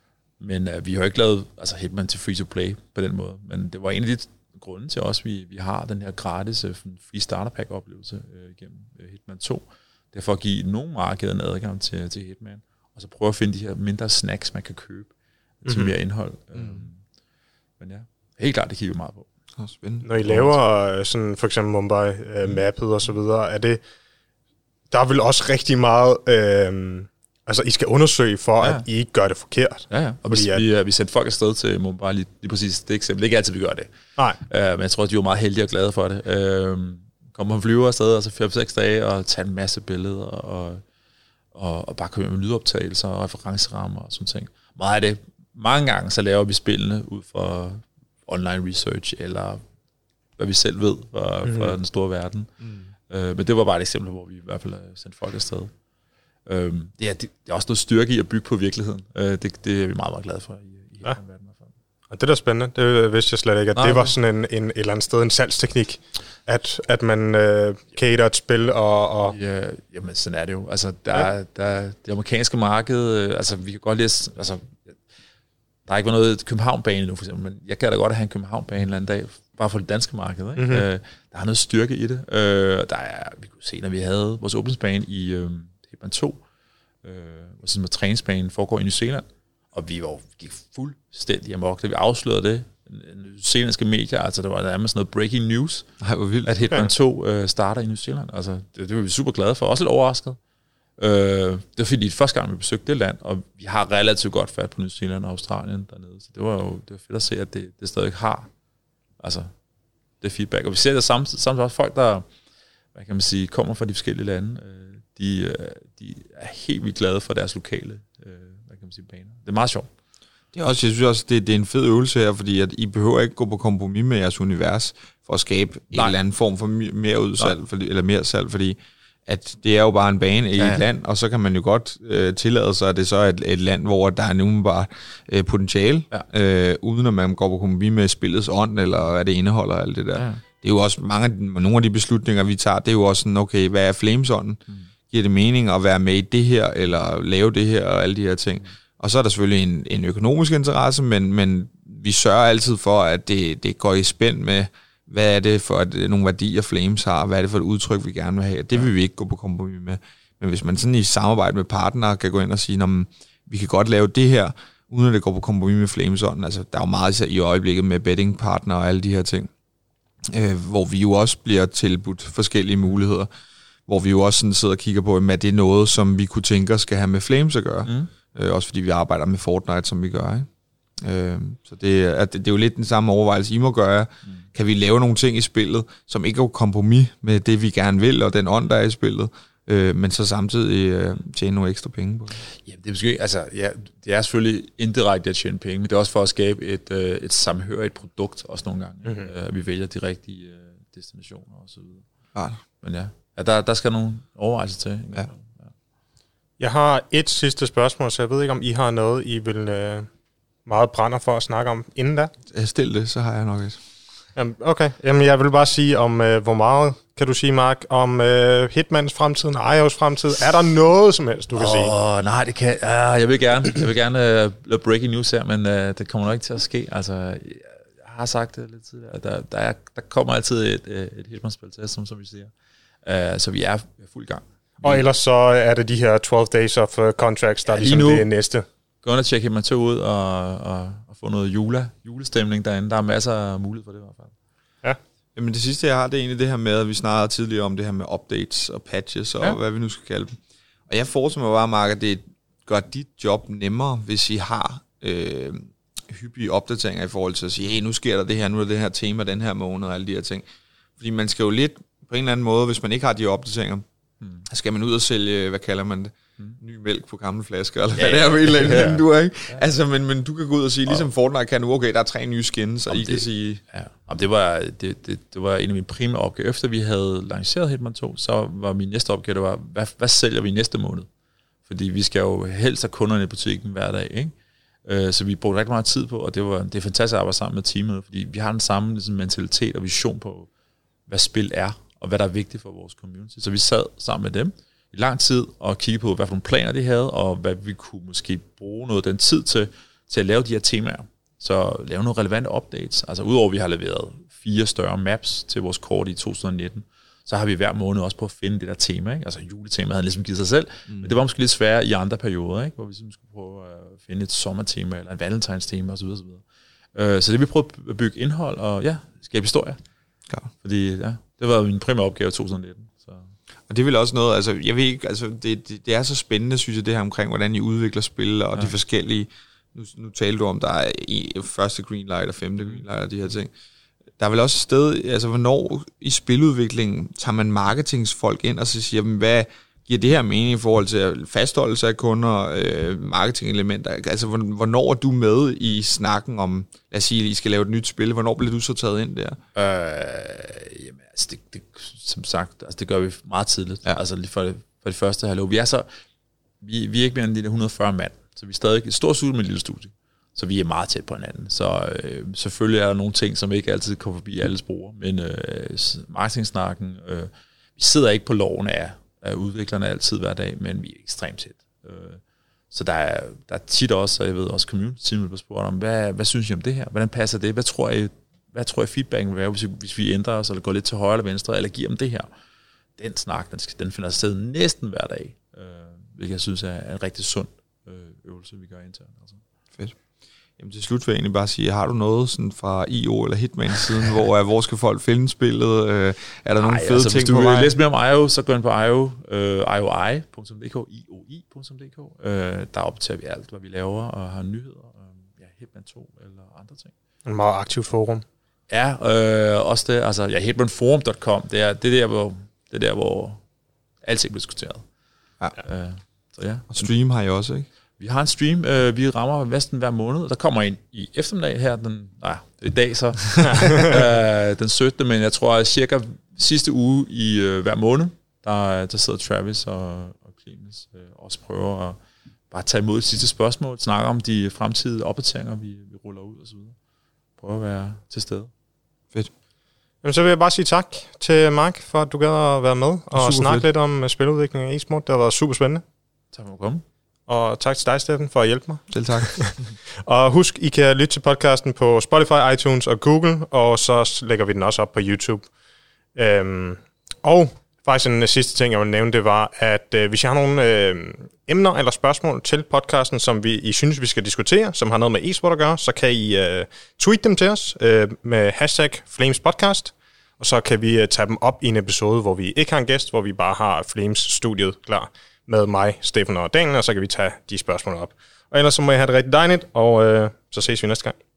Men uh, vi har jo ikke lavet altså Hitman til free-to-play på den måde, men det var en af de grunde til os, vi, vi har den her gratis uh, free starter pack-oplevelse uh, igennem uh, Hitman to. Det er for at give nogle markeder en adgang til, til Hitman, og så prøve at finde de her mindre snacks, man kan købe til mm-hmm. mere indhold. Mm. Men ja, helt klart, det kigger vi meget på. Oh, spændende. Når I laver sådan for eksempel Mumbai-mappet og så videre, er det, der er vel også rigtig meget, øh, altså I skal undersøge for, ja. at I ikke gør det forkert. Ja, ja. Og hvis at, vi, vi sender folk afsted til Mumbai, lige, lige præcis det eksempel. Det er ikke altid, vi gør det. Nej. Uh, men jeg tror, de var meget heldige og glade for det. Uh, kommer på flyver afsted, og så fire til seks dage, og tager en masse billeder, og Og, og bare komme med lydoptagelser og referencerammer og sådan ting. Meget af det, mange gange så laver vi spillene ud fra online research, eller hvad vi selv ved fra, mm. fra den store verden. Mm. Øh, men det var bare et eksempel, hvor vi i hvert fald sendte folk afsted. Øh, det, er, det er også noget styrke i at bygge på virkeligheden. Øh, det, det er vi meget, meget glade for i, i ja. hele verden. Og det der er spændende, det vidste jeg slet ikke, at Nej, det var sådan en, en et eller andet sted en salgsteknik, at, at man øh, cater et spil og... og ja, jamen, sådan er det jo. Altså, der, ja. der, det amerikanske marked, øh, altså, vi kan godt lide... Altså, der har ikke været noget København-bane nu, for eksempel, men jeg kan da godt have en København-bane en eller anden dag, bare for det danske marked. Ikke? Mm-hmm. Øh, der er noget styrke i det. Øh, der er, vi kunne se, når vi havde vores åbningsbane i øh, Hitman to, øh, hvor sådan, træningsbanen foregår i New Zealand, og vi var, gik fuldstændig amok, da vi afslørede det. New Zealandske medier, altså der var nærmest sådan noget breaking news, Ej, hvor vildt. at Hitman to øh, starter i New Zealand. Altså, det, det var vi super glade for, også lidt overrasket. Øh, det var fordi, det første gang, vi besøgte det land, og vi har relativt godt fat på New Zealand og Australien dernede, så det var jo det var fedt at se, at det, det stadig har altså, det feedback. Og vi ser det samtidig, samtidig også folk, der hvad kan man sige, kommer fra de forskellige lande, øh, de, de er helt vildt glade for deres lokale øh, hvad kan man sige, baner. Det er meget sjovt. Det er også, jeg synes også, det, det er en fed øvelse her, fordi at I behøver ikke gå på kompromis med jeres univers for at skabe Nej. en eller anden form for mere udsalg, fordi, eller mere salg, fordi at det er jo bare en bane i ja, ja. et land, og så kan man jo godt øh, tillade sig, at det så er et, et land, hvor der er nogen bare øh, potentiale, ja. øh, uden at man går på kompromis med spillets ånd, eller hvad det indeholder, alt det der. Ja. Det er jo også mange af nogle af de beslutninger, vi tager, det er jo også sådan, okay, hvad er flamesånden? Mm. Giver det mening at være med i det her, eller lave det her, og alle de her ting? Mm. Og så er der selvfølgelig en, en økonomisk interesse, men, men vi sørger altid for, at det, det går i spænd med, hvad er det for at, nogle værdier Flames har, hvad er det for et udtryk, vi gerne vil have. Det vil vi ikke gå på kompromis med. Men hvis man sådan i samarbejde med partnere kan gå ind og sige, at vi kan godt lave det her, uden at det går på kompromis med Flameson. Altså, der er jo meget i øjeblikket med bettingpartnere og alle de her ting, øh, hvor vi jo også bliver tilbudt forskellige muligheder, hvor vi jo også sådan sidder og kigger på, at det er noget, som vi kunne tænke os skal have med Flames at gøre. Mm. Øh, også fordi vi arbejder med Fortnite, som vi gør, ikke? Øh, så det er, det er jo lidt den samme overvejelse, I må gøre. Mm. Kan vi lave nogle ting i spillet, som ikke er kompromis med det, vi gerne vil, og den ånd, der er i spillet, øh, men så samtidig øh, tjene nogle ekstra penge på det? Jamen, det er måske, altså, ja, det er selvfølgelig indirekte at tjene penge, men det er også for at skabe et, øh, et samhørigt produkt, også nogle gange, mm-hmm. øh, at vi vælger de rigtige øh, destinationer og så videre. Ja. Men ja, ja der, der skal nogle overvejelser til. Ja. Ja. Jeg har et sidste spørgsmål, så jeg ved ikke, om I har noget, I vil øh, meget brænder for at snakke om inden da? Stil det, så har jeg nok et. Jamen, okay, jamen jeg vil bare sige om, øh, hvor meget kan du sige, Mark, om øh, Hitmans fremtid og I O S fremtid. Er der noget som helst, du kan oh, sige? Åh, nej, det kan uh, jeg vil gerne. Jeg vil gerne uh, lave breaking news her, men uh, det kommer nok ikke til at ske. Altså, jeg har sagt det lidt tidligere. Der, der, er, der kommer altid et, et Hitman-spil til, som, som vi siger. Uh, så vi er, vi er fuld gang. Og ellers så er det de her tolv days of uh, contracts, der ja, er ligesom nu, det næste. Gå ind og tjekke Hitman to ud og, og, og få noget jule, julestemning derinde. Der er masser af mulighed for det i hvert fald. Ja. Jamen det sidste, jeg har, det er egentlig det her med, at vi snakkede tidligere om det her med updates og patches og ja. hvad vi nu skal kalde dem. Og jeg forestiller mig bare, Mark, at det gør dit job nemmere, hvis I har øh, hyppige opdateringer i forhold til at sige, hey, nu sker der det her, nu er det her tema den her måned og alle de her ting. Fordi man skal jo lidt på en eller anden måde, hvis man ikke har de opdateringer, hmm. skal man ud og sælge, hvad kalder man det? Hmm. Ny mælk på gamle flasker, eller ja, hvad det er med et eller andet, ja. du er, ikke? Ja. Altså, men, men du kan gå ud og sige, ligesom Fortnite kan nu, okay, der er tre nye skins, og I det, kan sige... Ja. Jamen, det, var, det, det, det var en af mine primære opgaver. Efter vi havde lanceret Hitman to, så var min næste opgave, det var, hvad, hvad sælger vi næste måned? Fordi vi skal jo helst have kunderne i butikken hver dag, ikke? Uh, så vi brugte rigtig meget tid på, og det var det er fantastisk at arbejde sammen med teamet, fordi vi har den samme ligesom, mentalitet og vision på, hvad spil er, og hvad der er vigtigt for vores community. Så vi sad sammen med dem i lang tid og kiggede på, hvad for nogle planer de havde, og hvad vi kunne måske bruge noget af den tid til, til at lave de her temaer. Så lave nogle relevante updates. Altså udover at vi har leveret fire større maps til vores kort i to tusind nitten, så har vi hver måned også på at finde det der tema. Ikke? Altså juletemaet havde ligesom givet sig selv, mm. men det var måske lidt sværere i andre perioder, ikke? Hvor vi skulle prøve at finde et sommertema eller en valentines-tema osv. osv. Uh, så det vi prøvede at bygge indhold og ja, skabe historie. Ja. Fordi ja, det var min primære opgave i to tusind nitten. Så. Og det vil også noget, altså jeg ved ikke, altså det, det, det er så spændende, synes jeg, det her omkring, hvordan I udvikler spil og ja. de forskellige. Nu, nu taler du om, der er i første greenlight og femte greenlight og de her ting. Der er vel også et sted, altså hvornår i spiludviklingen tager man marketingsfolk ind og så siger, hvad giver det her mening i forhold til fastholdelse af kunder, øh, marketingelementer? Altså hvornår er du med i snakken om, lad os sige, at I skal lave et nyt spil? Hvornår bliver du så taget ind der? Øh, jamen altså det, det, som sagt, altså det gør vi meget tidligt. Ja. Altså lige for det, for det første halvår. Vi er så, vi, vi er ikke mere end de et hundrede og fyrre mand. Så vi er stadig et stort studie med et lille studie. Så vi er meget tæt på hinanden. Så øh, selvfølgelig er der nogle ting, som ikke altid kommer forbi alles brugere. Men øh, marketingsnakken, øh, vi sidder ikke på loven af, af udviklerne altid hver dag, men vi er ekstremt tæt. Øh, så der er, der er tit også, og jeg ved også community-teamet bliver spurgt om, hvad, hvad synes I om det her? Hvordan passer det? Hvad tror I, hvad tror I feedbacken vil være, hvis vi, hvis vi ændrer os, eller går lidt til højre eller venstre, eller giver dem det her? Den snak, den, den finder sted næsten hver dag, øh, hvilket jeg synes er en rigtig sund øvelse, vi gør internt. Altså. Fedt. Jamen til slut vil jeg egentlig bare sige, har du noget sådan fra I O eller Hitman-siden, hvor, hvor skal folk finde spillet? Øh, er der nogle fede altså, ting på vej? Hvis du vil læse mere om I O, så gå ind på I O, øh, I O I punktum d k, I O I punktum d k. Øh, der optager vi alt, hvad vi laver, og har nyheder. Øh, ja, Hitman to eller andre ting. En meget aktivt forum. Ja, øh, også det. Altså, ja, hitman forum punktum com, det er, det er der, hvor, det er der, hvor alting bliver diskuteret. Ja. Øh, så ja. Og stream har I også, ikke? Vi har en stream, øh, vi rammer næsten hver måned. Der kommer en i eftermiddag her, den, nej, det er i dag så, øh, den syttende, men jeg tror, at cirka sidste uge i øh, hver måned, der, der sidder Travis og, og Clemens øh, også prøver at bare tage imod de sidste spørgsmål, snakke om de fremtidige opdateringer, vi, vi ruller ud og så videre. Prøve at være til stede. Fedt. Jamen, så vil jeg bare sige tak til Mark, for at du gad at være med og snakke fedt. lidt om spiludvikling af eSport. Det har været super spændende. Tak for at komme. Og tak til dig, Steffen, for at hjælpe mig. Selv tak. Og husk, I kan lytte til podcasten på Spotify, iTunes og Google, og så lægger vi den også op på YouTube. Øhm, og Faktisk en sidste ting, jeg vil nævne, det var, at øh, hvis jeg har nogle øh, emner eller spørgsmål til podcasten, som vi I synes, vi skal diskutere, som har noget med e-sport at gøre, så kan I øh, tweet dem til os øh, med hashtag FlamesPodcast, og så kan vi øh, tage dem op i en episode, hvor vi ikke har en gæst, hvor vi bare har Flames-studiet klar med mig, Stefan og Daniel, og så kan vi tage de spørgsmål op. Og ellers så må I have det rigtig dejligt, og øh, så ses vi næste gang.